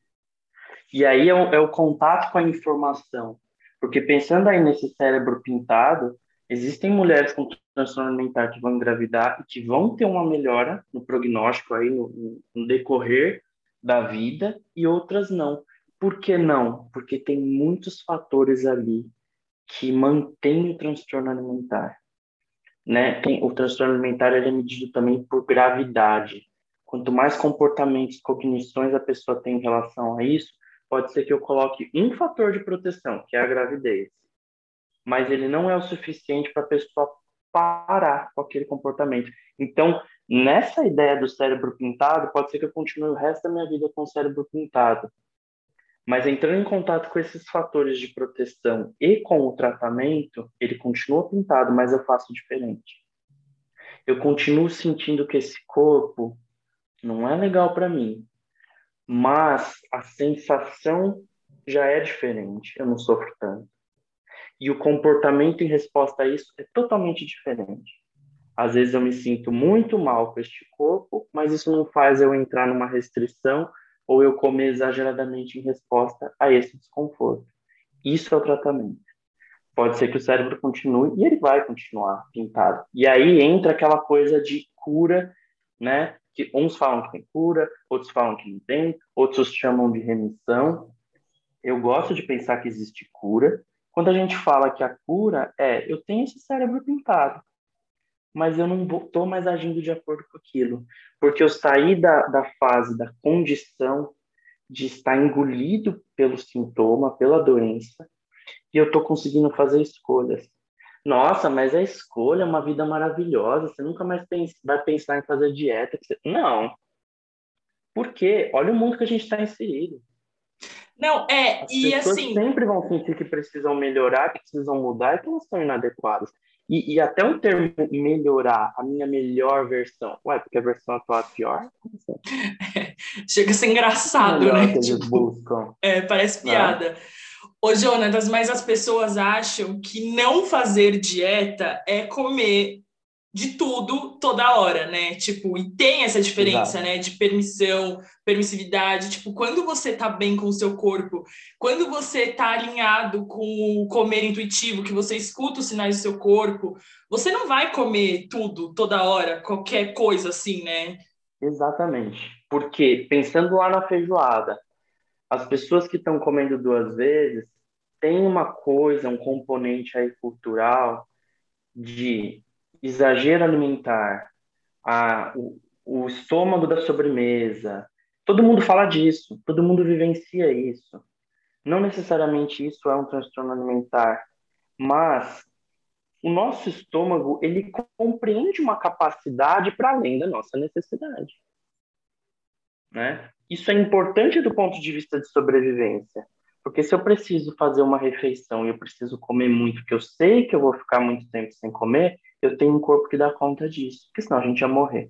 E aí é o, é o contato com a informação. Porque pensando aí nesse cérebro pintado, existem mulheres com transtorno alimentar que vão engravidar e que vão ter uma melhora no prognóstico aí no, no decorrer da vida e outras não. Por que não? Porque tem muitos fatores ali que mantêm o transtorno alimentar. Né? Tem, o transtorno alimentar ele é medido também por gravidade. Quanto mais comportamentos, cognições a pessoa tem em relação a isso, pode ser que eu coloque um fator de proteção, que é a gravidez, mas ele não é o suficiente para a pessoa parar com aquele comportamento. Então, nessa ideia do cérebro pintado, pode ser que eu continue o resto da minha vida com o cérebro pintado, mas entrando em contato com esses fatores de proteção e com o tratamento, ele continua pintado, mas eu faço diferente. Eu continuo sentindo que esse corpo não é legal para mim, mas a sensação já é diferente, eu não sofro tanto. E o comportamento em resposta a isso é totalmente diferente. Às vezes eu me sinto muito mal com este corpo, mas isso não faz eu entrar numa restrição ou eu comer exageradamente em resposta a esse desconforto. Isso é o tratamento. Pode ser que o cérebro continue e ele vai continuar pintado. E aí entra aquela coisa de cura, né? Que uns falam que tem cura, outros falam que não tem, outros chamam de remissão. Eu gosto de pensar que existe cura. Quando a gente fala que a cura é, eu tenho esse cérebro pintado, mas eu não estou mais agindo de acordo com aquilo, porque eu saí da, da fase da condição de estar engolido pelo sintoma, pela doença, e eu estou conseguindo fazer escolhas. Nossa, mas a escolha é uma vida maravilhosa. Você nunca mais pensa, vai pensar em fazer dieta. Não. Por quê? Olha o mundo que a gente está inserido. Não, é, As e pessoas assim, sempre vão sentir que precisam melhorar, que precisam mudar e que elas são inadequadas. E, e até o termo melhorar, a minha melhor versão. Ué, porque a versão atual é pior? Como assim? chega a ser O engraçado, melhor né? que eles Tipo, buscam, é, parece né? piada. Ô, Jonatas, mas as pessoas acham que não fazer dieta é comer de tudo toda hora, né? Tipo, e tem essa diferença, Exato. né? De permissão, permissividade. Tipo, quando você tá bem com o seu corpo, quando você tá alinhado com o comer intuitivo, que você escuta os sinais do seu corpo, você não vai comer tudo toda hora, qualquer coisa assim, né? Exatamente. Porque, pensando lá na feijoada, as pessoas que estão comendo duas vezes tem uma coisa, um componente aí cultural de exagero alimentar, a, o, o estômago da sobremesa. Todo mundo fala disso, todo mundo vivencia isso. Não necessariamente isso é um transtorno alimentar, mas o nosso estômago, ele compreende uma capacidade para além da nossa necessidade, né? Isso é importante do ponto de vista de sobrevivência, porque se eu preciso fazer uma refeição e eu preciso comer muito, porque eu sei que eu vou ficar muito tempo sem comer, eu tenho um corpo que dá conta disso, porque senão a gente ia morrer,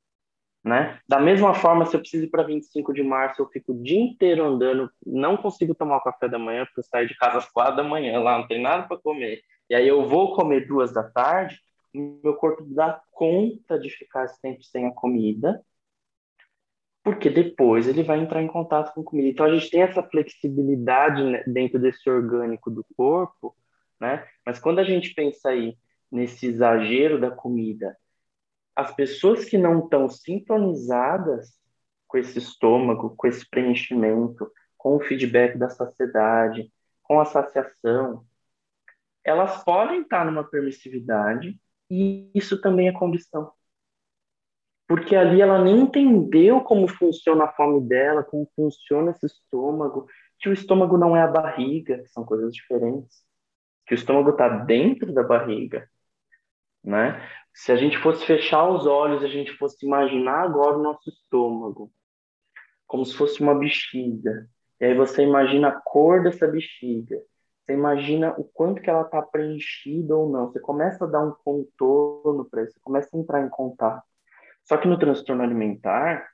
né? Da mesma forma, se eu preciso ir para vinte e cinco de março, eu fico o dia inteiro andando, não consigo tomar o café da manhã, porque eu saio de casa às quatro da manhã, lá não tem nada para comer. E aí eu vou comer duas da tarde, meu corpo dá conta de ficar esse tempo sem a comida, porque depois ele vai entrar em contato com comida. Então a gente tem essa flexibilidade, né, dentro desse orgânico do corpo, né? Mas quando a gente pensa aí nesse exagero da comida, as pessoas que não estão sintonizadas com esse estômago, com esse preenchimento, com o feedback da saciedade, com a saciação, elas podem estar numa permissividade e isso também é condição. Porque ali ela nem entendeu como funciona a fome dela, como funciona esse estômago, que o estômago não é a barriga, que são coisas diferentes, que o estômago está dentro da barriga, né? Se a gente fosse fechar os olhos, a gente fosse imaginar agora o nosso estômago, como se fosse uma bexiga. E aí você imagina a cor dessa bexiga. Você imagina o quanto que ela está preenchida ou não. Você começa a dar um contorno para isso, você começa a entrar em contato. Só que no transtorno alimentar,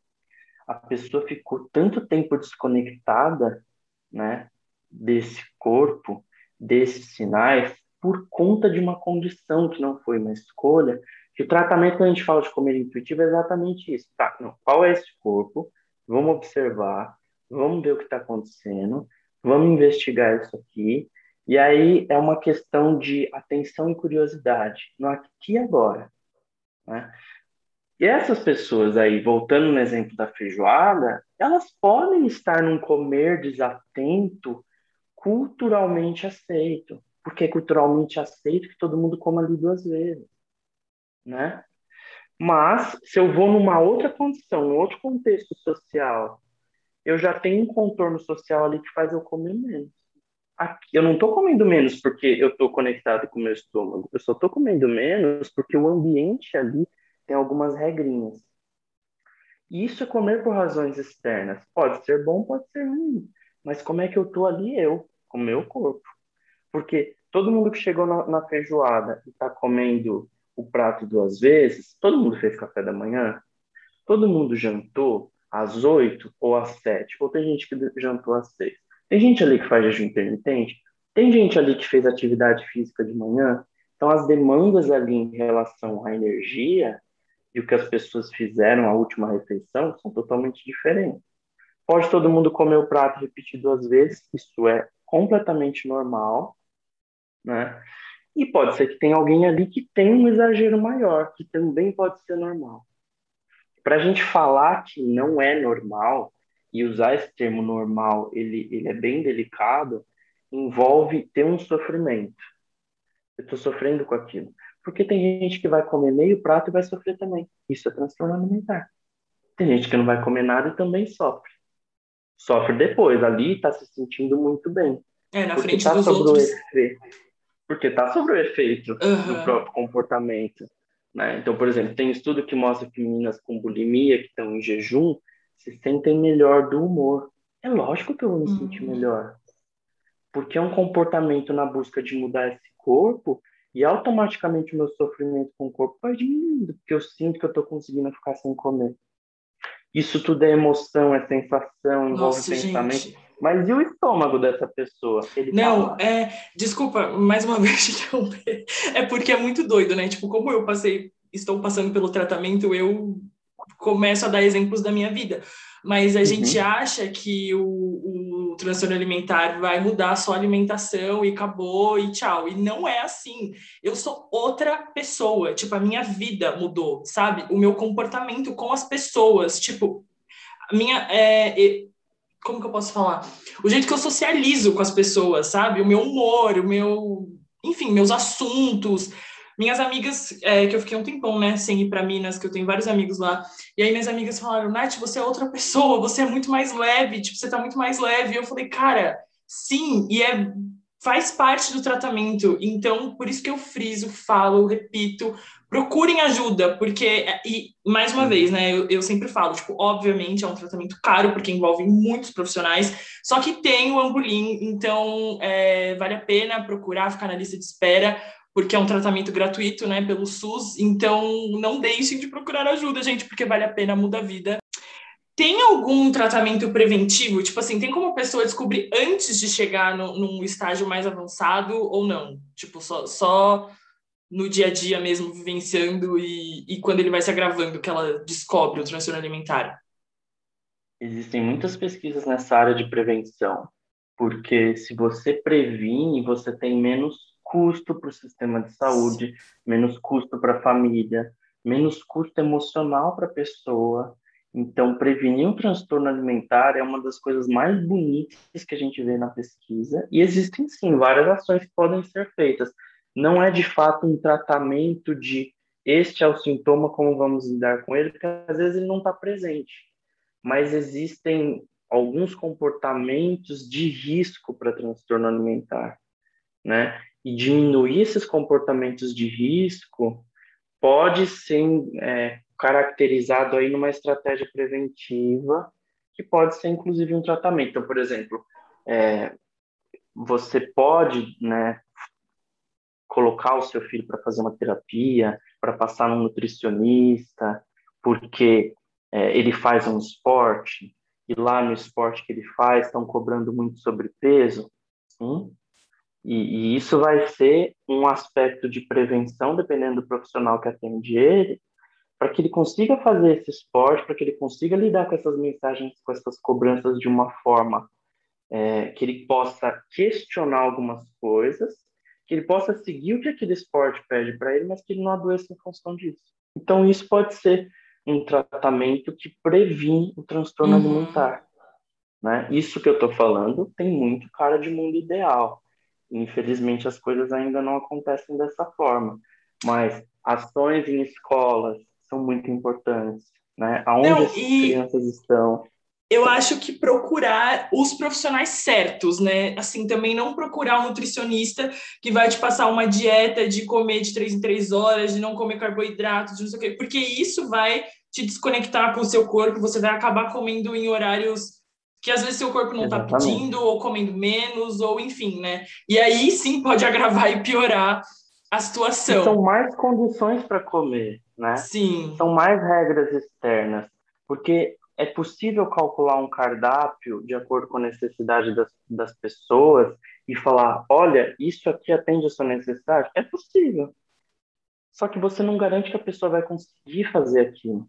a pessoa ficou tanto tempo desconectada, né, desse corpo, desses sinais, por conta de uma condição que não foi uma escolha, que o tratamento, quando a gente fala de comer intuitivo, é exatamente isso. Tá, não, qual é esse corpo? Vamos observar, vamos ver o que está acontecendo, vamos investigar isso aqui, e aí é uma questão de atenção e curiosidade, no aqui e agora, né? E essas pessoas aí, voltando no exemplo da feijoada, elas podem estar num comer desatento culturalmente aceito, porque é culturalmente aceito que todo mundo coma ali duas vezes, né? Mas se eu vou numa outra condição, num outro contexto social, eu já tenho um contorno social ali que faz eu comer menos. Aqui, eu não estou comendo menos porque eu estou conectado com o meu estômago. Eu só estou comendo menos porque o ambiente ali tem algumas regrinhas. E isso é comer por razões externas. Pode ser bom, pode ser ruim. Mas como é que eu estou ali, eu, com o meu corpo? Porque todo mundo que chegou na, na feijoada e está comendo o prato duas vezes, todo mundo fez café da manhã, todo mundo jantou às oito ou às sete, ou tem gente que jantou às seis. Tem gente ali que faz jejum intermitente, tem gente ali que fez atividade física de manhã. Então, as demandas ali em relação à energia e o que as pessoas fizeram a última refeição são totalmente diferentes. Pode todo mundo comer o prato e repetir duas vezes, isso é completamente normal, né? E pode ser que tenha alguém ali que tenha um exagero maior, que também pode ser normal. Para a gente falar que não é normal, e usar esse termo normal, ele, ele é bem delicado, envolve ter um sofrimento. Eu estou sofrendo com aquilo. Porque tem gente que vai comer meio prato e vai sofrer também. Isso é transtorno alimentar. Tem gente que não vai comer nada e também sofre. Sofre depois, ali está se sentindo muito bem. É, na Porque frente está dos sobre o outros. efeito porque está sobre o efeito do Aham. próprio comportamento, né? Então, por exemplo, tem estudo que mostra que meninas com bulimia que estão em jejum se sentem melhor do humor. É lógico que eu vou me sentir Uhum. melhor, porque é um comportamento na busca de mudar esse corpo e automaticamente o meu sofrimento com o corpo vai diminuindo, porque eu sinto que eu estou conseguindo ficar sem comer. Isso tudo é emoção, é sensação, envolve Nossa, pensamento. gente. Mas e o estômago dessa pessoa? Ele tá Não, lá. é, desculpa, mais uma vez te interromper. É porque é muito doido, né? Tipo, como eu passei, estou passando pelo tratamento, eu começo a dar exemplos da minha vida. Mas a gente Uhum. acha que o, o transtorno alimentar vai mudar só a alimentação e acabou e tchau. E não é assim. Eu sou outra pessoa. Tipo, a minha vida mudou, sabe? O meu comportamento com as pessoas. Tipo, a minha. É, e- como que eu posso falar? O jeito que eu socializo com as pessoas, sabe? O meu humor, o meu. Enfim, meus assuntos. Minhas amigas, é, que eu fiquei um tempão, né, sem ir para Minas, que eu tenho vários amigos lá. E aí minhas amigas falaram, Nath, você é outra pessoa, você é muito mais leve, tipo, você tá muito mais leve. E eu falei, cara, sim, e é faz parte do tratamento. Então, por isso que eu friso, falo, repito, procurem ajuda, porque, e mais uma vez, Uhum. né, eu, eu sempre falo, tipo, obviamente é um tratamento caro, porque envolve muitos profissionais, só que tem o Ambulim, então é, vale a pena procurar, ficar na lista de espera, porque é um tratamento gratuito, né, pelo SUS, então não deixem de procurar ajuda, gente, porque vale a pena, muda a vida. Tem algum tratamento preventivo? Tipo assim, tem como a pessoa descobrir antes de chegar no, num estágio mais avançado ou não? Tipo, só, só no dia a dia mesmo, vivenciando e, e quando ele vai se agravando que ela descobre o transtorno alimentar? Existem muitas pesquisas nessa área de prevenção, porque se você previne, você tem menos custo para o sistema de saúde, menos custo para a família, menos custo emocional para a pessoa. Então, prevenir um transtorno alimentar é uma das coisas mais bonitas que a gente vê na pesquisa, e existem sim várias ações que podem ser feitas. Não é de fato um tratamento de este é o sintoma, como vamos lidar com ele, porque às vezes ele não está presente, mas existem alguns comportamentos de risco para transtorno alimentar, né? E diminuir esses comportamentos de risco pode ser é, caracterizado aí numa estratégia preventiva, que pode ser inclusive um tratamento. Então, por exemplo, é, você pode, né, colocar o seu filho para fazer uma terapia, para passar num nutricionista, porque é, ele faz um esporte, e lá no esporte que ele faz estão cobrando muito sobrepeso, sim? E, e isso vai ser um aspecto de prevenção, dependendo do profissional que atende ele, para que ele consiga fazer esse esporte, para que ele consiga lidar com essas mensagens, com essas cobranças de uma forma é, que ele possa questionar algumas coisas, que ele possa seguir o que aquele esporte pede para ele, mas que ele não adoeça em função disso. Então, isso pode ser um tratamento que previne o transtorno Uhum. alimentar, né? Isso que eu estou falando tem muito cara de mundo ideal. Infelizmente, as coisas ainda não acontecem dessa forma, mas ações em escolas são muito importantes, né? Aonde Não, essas e crianças estão. eu acho que procurar os profissionais certos, né? Assim, também não procurar um nutricionista que vai te passar uma dieta de comer de três em três horas, de não comer carboidratos, de não sei o quê, porque isso vai te desconectar com o seu corpo, você vai acabar comendo em horários que às vezes seu corpo não tá Exatamente. pedindo, ou comendo menos, ou enfim, né? E aí sim pode agravar e piorar a E situação. são mais condições para comer, né? Sim. São mais regras externas, porque é possível calcular um cardápio de acordo com a necessidade das, das pessoas e falar, olha, isso aqui atende a sua necessidade? É possível. Só que você não garante que a pessoa vai conseguir fazer aquilo,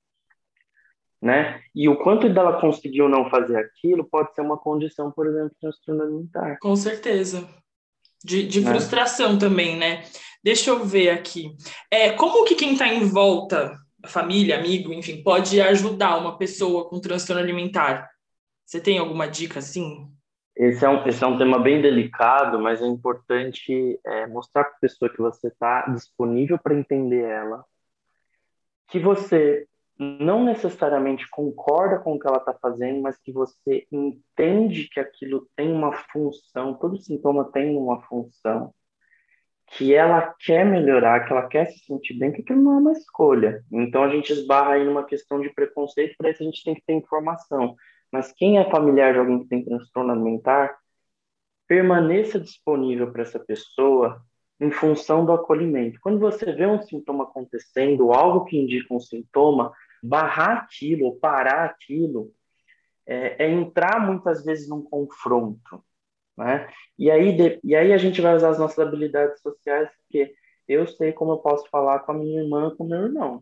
né? E o quanto dela conseguiu não fazer aquilo pode ser uma condição, por exemplo, de transtorno alimentar, Com certeza. De, de né? frustração também, né? Deixa eu ver aqui. É, como que quem está em volta, família, amigo, enfim, pode ajudar uma pessoa com transtorno alimentar? Você tem alguma dica assim? Esse é um, esse é um tema bem delicado, mas é importante é, mostrar para a pessoa que você está disponível para entender ela, que você não necessariamente concorda com o que ela está fazendo, mas que você entende que aquilo tem uma função, todo sintoma tem uma função, que ela quer melhorar, que ela quer se sentir bem, que aquilo não é uma escolha. Então a gente esbarra aí numa questão de preconceito, para isso a gente tem que ter informação. Mas quem é familiar de alguém que tem transtorno alimentar, permaneça disponível para essa pessoa em função do acolhimento. Quando você vê um sintoma acontecendo, algo que indica um sintoma, barrar aquilo ou parar aquilo é, é entrar muitas vezes num confronto, né? E aí, de, e aí a gente vai usar as nossas habilidades sociais, porque eu sei como eu posso falar com a minha irmã, com o meu irmão,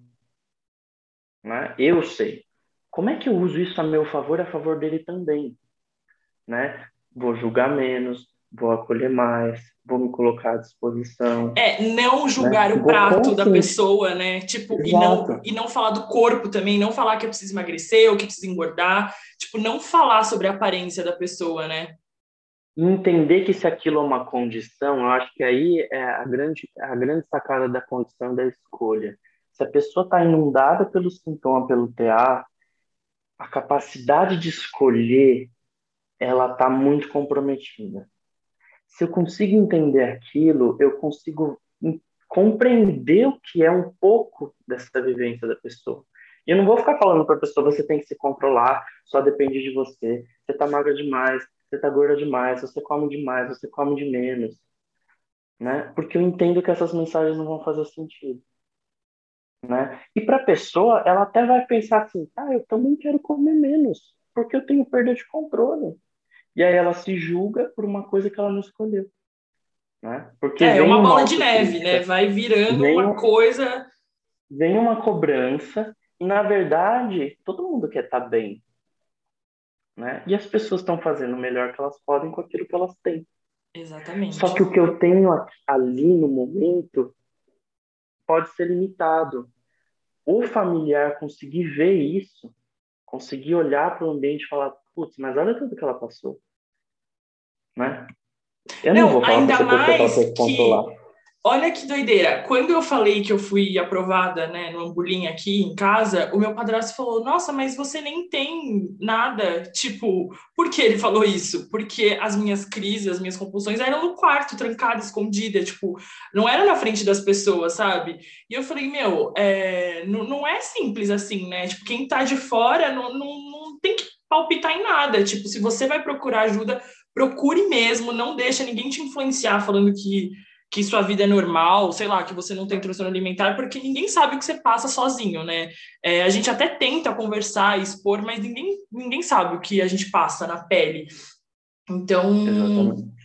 né? Eu sei. Como é que eu uso isso a meu favor e a favor dele também, né? Vou julgar menos, vou acolher mais, vou me colocar à disposição, É, não né? julgar o Vou prato da consentir. pessoa, né? Tipo, e não, Exato. e não falar do corpo também, não falar que eu preciso emagrecer ou que preciso engordar. Tipo, não falar sobre a aparência da pessoa, né? E entender que se aquilo é uma condição, eu acho que aí é a grande, a grande sacada da condição da escolha. Se a pessoa está inundada pelo sintoma, pelo T A, a capacidade de escolher, ela está muito comprometida. Se eu consigo entender aquilo, eu consigo em- compreender o que é um pouco dessa vivência da pessoa. E eu não vou ficar falando para a pessoa, você tem que se controlar, só depende de você. Você está magra demais, você está gorda demais, você come demais, você come de menos, né? Porque eu entendo que essas mensagens não vão fazer sentido, né? E para a pessoa, ela até vai pensar assim, ah, eu também quero comer menos, porque eu tenho perda de controle. E aí ela se julga por uma coisa que ela não escolheu, né? Porque É, é vem uma uma bola de neve, né? autocrítica, Vai virando vem, uma coisa. vem uma cobrança, e na verdade, todo mundo quer estar bem, né? E as pessoas estão fazendo o melhor que elas podem com aquilo que elas têm. Só Exatamente. que o que eu tenho aqui- ali no momento pode ser limitado. O familiar conseguir ver isso, conseguir olhar para o ambiente e falar, putz, mas olha tudo que ela passou, né? Eu não Não, vou falar para ainda essa pessoa que ela mais tem que controlar. que, olha que doideira. Quando eu falei que eu fui aprovada, né, no Ambulim aqui em casa, o meu padrasto falou: Nossa, mas você nem tem nada. Tipo, por que ele falou isso? Porque as minhas crises, as minhas compulsões eram no quarto, trancada, escondida. Tipo, não era na frente das pessoas, sabe? E eu falei: Meu, é, não, não é simples assim, né? Tipo, quem tá de fora não, não, não tem que palpitar em nada. Tipo, se você vai procurar ajuda, procure mesmo, não deixa ninguém te influenciar falando que, que sua vida é normal, sei lá, que você não tem transtorno alimentar, porque ninguém sabe o que você passa sozinho, né? É, a gente até tenta conversar, expor, mas ninguém, ninguém sabe o que a gente passa na pele. Então, Exatamente.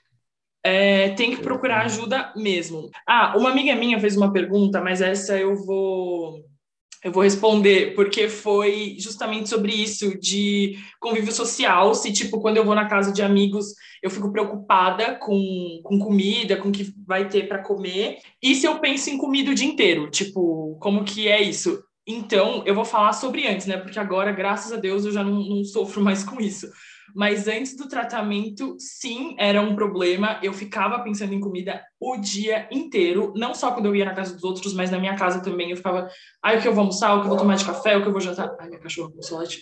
é, tem que procurar Exatamente. ajuda mesmo. Ah, uma amiga minha fez uma pergunta, mas essa eu vou eu vou responder, porque foi justamente sobre isso, de convívio social. Se, tipo, quando eu vou na casa de amigos, eu fico preocupada com, com comida, com o que vai ter para comer. E se eu penso em comida o dia inteiro, tipo, como que é isso? Então, eu vou falar sobre antes, né? Porque agora, graças a Deus, eu já não, não sofro mais com isso. Mas antes do tratamento, sim, era um problema. Eu ficava pensando em comida o dia inteiro, não só quando eu ia na casa dos outros, mas na minha casa também. Eu ficava, ai, o que eu vou almoçar, o que eu vou tomar de café, o que eu vou jantar. Ai, minha cachorra começou a latir.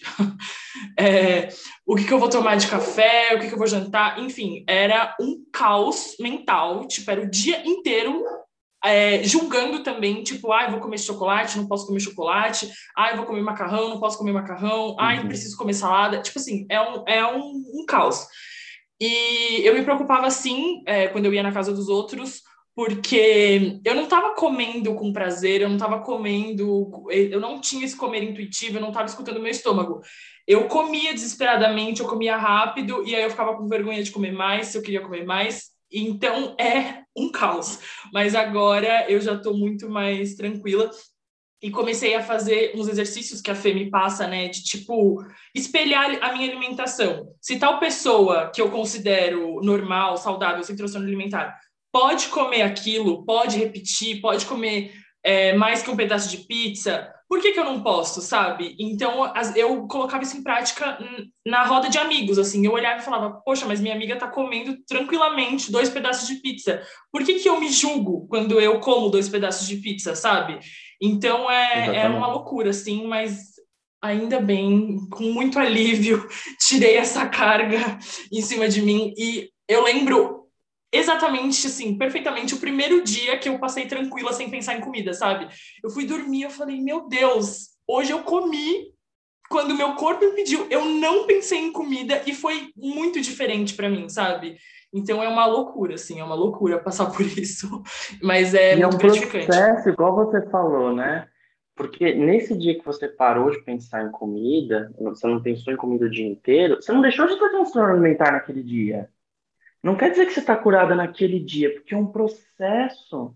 É, o que, que eu vou tomar de café, o que, que eu vou jantar. Enfim, era um caos mental. Tipo, era o dia inteiro é, julgando também, tipo, ai, ah, vou comer chocolate, não posso comer chocolate, ai, ah, vou comer macarrão, não posso comer macarrão, ai, ah, Uhum. preciso comer salada. Tipo assim, é um, é um, um caos. E eu me preocupava, sim, é, quando eu ia na casa dos outros, porque eu não estava comendo com prazer, eu não estava comendo, eu não tinha esse comer intuitivo, eu não estava escutando o meu estômago. Eu comia desesperadamente, eu comia rápido, e aí eu ficava com vergonha de comer mais, se eu queria comer mais. Então é um caos. Mas agora eu já estou muito mais tranquila e comecei a fazer uns exercícios que a Fê me passa, né, de tipo espelhar a minha alimentação. Se tal pessoa que eu considero normal, saudável, sem transtorno alimentar, pode comer aquilo, pode repetir, pode comer é, mais que um pedaço de pizza, por que que eu não posso, sabe? Então eu colocava isso em prática na roda de amigos, assim, eu olhava e falava, poxa, mas minha amiga tá comendo tranquilamente dois pedaços de pizza. Por que que eu me julgo quando eu como dois pedaços de pizza, sabe? Então é, é uma Exatamente. loucura, assim, mas ainda bem, com muito alívio, tirei essa carga em cima de mim. E eu lembro exatamente, assim, perfeitamente, o primeiro dia que eu passei tranquila sem pensar em comida, sabe? Eu fui dormir, eu falei, meu Deus, hoje eu comi quando o meu corpo me pediu. Eu não pensei em comida e foi muito diferente para mim, sabe? Então é uma loucura, assim, é uma loucura passar por isso, mas é E é muito um gratificante. processo, igual você falou, né? Porque nesse dia que você parou de pensar em comida, você não pensou em comida o dia inteiro, você não deixou de ter transtorno alimentar naquele dia. Não quer dizer que você está curada naquele dia, porque é um processo,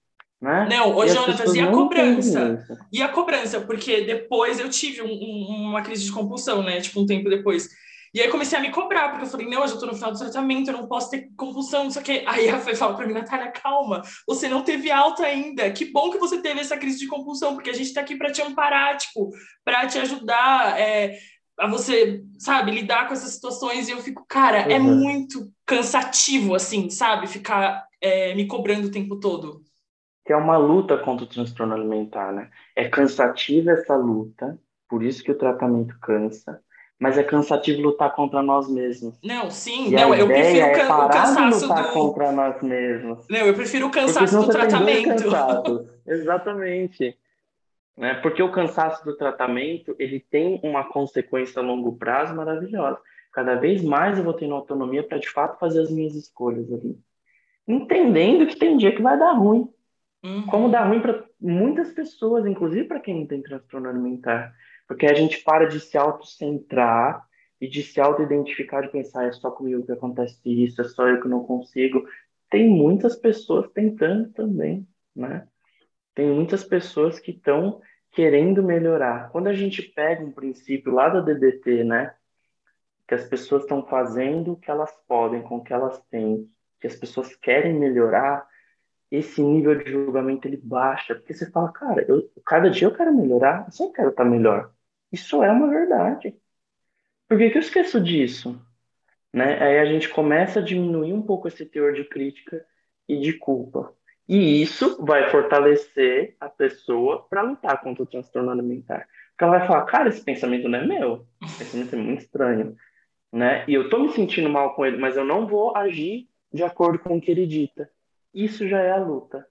né? Não, ô E as Jonatas, pessoas e a não entendem cobrança? isso. E a cobrança? Porque depois eu tive um- um- uma crise de compulsão, né? Tipo, um tempo depois. E aí eu comecei a me cobrar, porque eu falei, não, eu já tô no final do tratamento, eu não posso ter compulsão, não sei o quê. Aí a Fê fala pra mim, Natália, calma, você não teve alta ainda. Que bom que você teve essa crise de compulsão, porque a gente tá aqui pra te amparar, tipo, pra te ajudar, é, a você, sabe, lidar com essas situações. E eu fico, cara, é Uhum. muito cansativo, assim, sabe? Ficar, é, me cobrando o tempo todo. Que é uma luta contra o transtorno alimentar, né? É cansativa essa luta, por isso que o tratamento cansa, mas é cansativo lutar contra nós mesmos. Não, sim, E a não, eu ideia prefiro o é can- o parar de cansaço lutar do. contra nós mesmos, Não, eu prefiro o porque cansaço senão do você tem dois tratamento. cansaços. Exatamente. Né? Porque o cansaço do tratamento, ele tem uma consequência a longo prazo maravilhosa. Cada vez mais eu vou tendo autonomia para de fato fazer as minhas escolhas ali, entendendo que tem dia que vai dar ruim. Como dá Uhum. ruim para muitas pessoas, inclusive para quem não tem transtorno alimentar, porque a gente para de se autocentrar e de se auto-identificar, de pensar, é só comigo que acontece isso, é só eu que não consigo. Tem muitas pessoas tentando também, né? Tem muitas pessoas que estão querendo melhorar. Quando a gente pega um princípio lá da D B T, né? Que as pessoas estão fazendo o que elas podem com o que elas têm, que as pessoas querem melhorar, esse nível de julgamento ele baixa, porque você fala, cara, eu, cada dia eu quero melhorar, eu sempre quero estar melhor. Isso é uma verdade. Por que que eu esqueço disso? Né? Aí a gente começa a diminuir um pouco esse teor de crítica e de culpa. E isso vai fortalecer a pessoa para lutar contra o transtorno alimentar. Porque ela vai falar, cara, esse pensamento não é meu. Esse pensamento é muito estranho, né? E eu tô me sentindo mal com ele, mas eu não vou agir de acordo com o que ele dita. Isso já é a luta.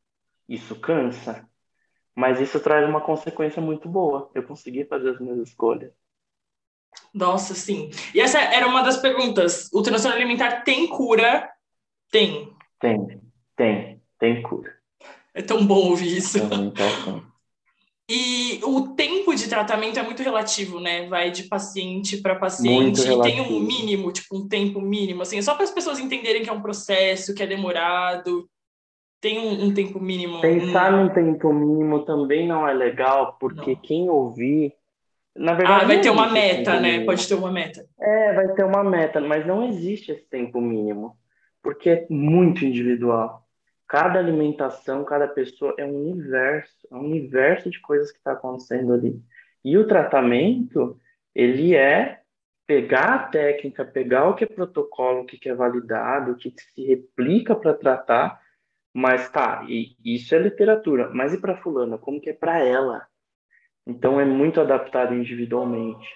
Isso cansa, mas isso traz uma consequência muito boa. Eu consegui fazer as minhas escolhas. Nossa, sim. E essa era uma das perguntas. O transtorno alimentar tem cura? Tem. Tem, tem, tem cura. É tão bom ouvir isso. Alimentação. E o tempo de tratamento é muito relativo, né? Vai de paciente para Muito paciente. E tem um relativo. mínimo, tipo, um tempo mínimo, assim, só para as pessoas entenderem que é um processo, que é demorado. Tem um, um tempo mínimo. Pensar Hum, num tempo mínimo também não é legal, porque não. quem ouvir, na Ah, verdade vai não ter uma existe esse meta, tempo né? Pode mínimo. ter uma meta. É, vai ter uma meta, mas não existe esse tempo mínimo, porque é muito individual. Cada alimentação, cada pessoa é um universo, é um universo de coisas que está acontecendo ali. E o tratamento, ele é pegar a técnica, pegar o que é protocolo, o que é validado, o que se replica para tratar, mas tá, e isso é literatura, mas e para fulana, como que é para ela? Então é muito adaptado individualmente,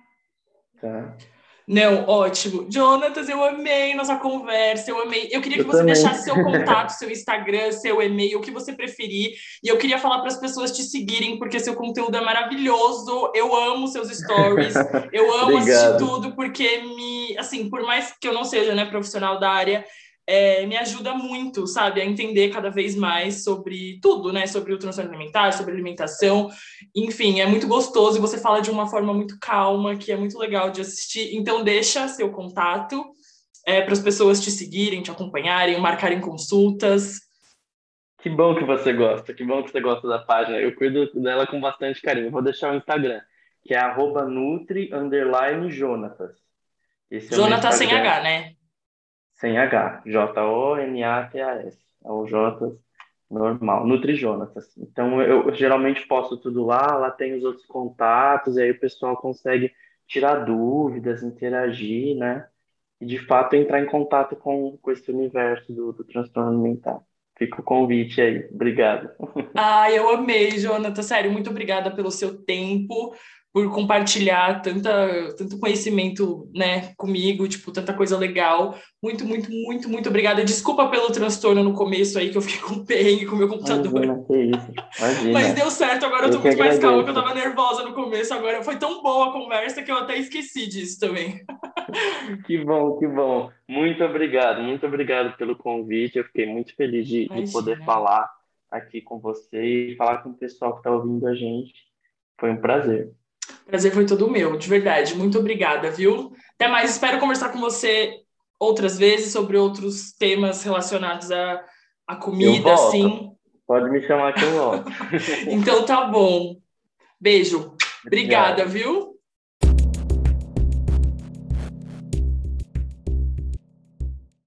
tá? Não, ótimo. Jonatas, eu amei nossa conversa, eu amei. Eu queria que Eu você também. deixasse seu contato, seu Instagram, seu e-mail, o que você preferir. E eu queria falar para as pessoas te seguirem, porque seu conteúdo é maravilhoso. Eu amo seus stories, eu amo assistir Obrigado. tudo, porque me, assim, por mais que eu não seja, né, profissional da área, é, me ajuda muito, sabe, a entender cada vez mais sobre tudo, né, sobre o transtorno alimentar, sobre alimentação. Enfim, é muito gostoso e você fala de uma forma muito calma, que é muito legal de assistir. Então, deixa seu contato é, para as pessoas te seguirem, te acompanharem, marcarem consultas. Que bom que você gosta, que bom que você gosta da página. Eu cuido dela com bastante carinho. Vou deixar o Instagram, que é arroba nutri underline Jonatas. Esse é o meu Jonatas sem Instagram H, né? sem H, J O N A T A S. É o Jonatas normal, Nutri Jonatas. Então eu, eu geralmente posto tudo lá, lá tem os outros contatos, e aí o pessoal consegue tirar dúvidas, interagir, né? E de fato entrar em contato com, com esse universo do, do transtorno alimentar. Fica o convite aí. Obrigado. Ah, eu amei, Jonathan. Sério, muito obrigada pelo seu tempo, por compartilhar tanta, tanto conhecimento, né, comigo, tipo, tanta coisa legal. Muito, muito, muito, muito obrigada. Desculpa pelo transtorno no começo aí, que eu fiquei com perrengue com o meu computador. Imagina, que isso. Mas Imagina. deu certo, agora eu Eu tô que muito mais calma, que eu agradeço. tava nervosa no começo. Agora foi tão boa a conversa que eu até esqueci disso também. Que bom, que bom. Muito obrigado, muito obrigado pelo convite. Eu fiquei muito feliz de, de poder Imagina. falar. aqui com você e falar com o pessoal que está ouvindo a gente. Foi um prazer. Prazer foi todo meu, de verdade. Muito obrigada, viu? Até mais. Espero conversar com você outras vezes sobre outros temas relacionados à, à Eu comida, volto. assim. Pode me chamar que eu volto. Então tá bom. Beijo. Obrigada, Obrigado. viu?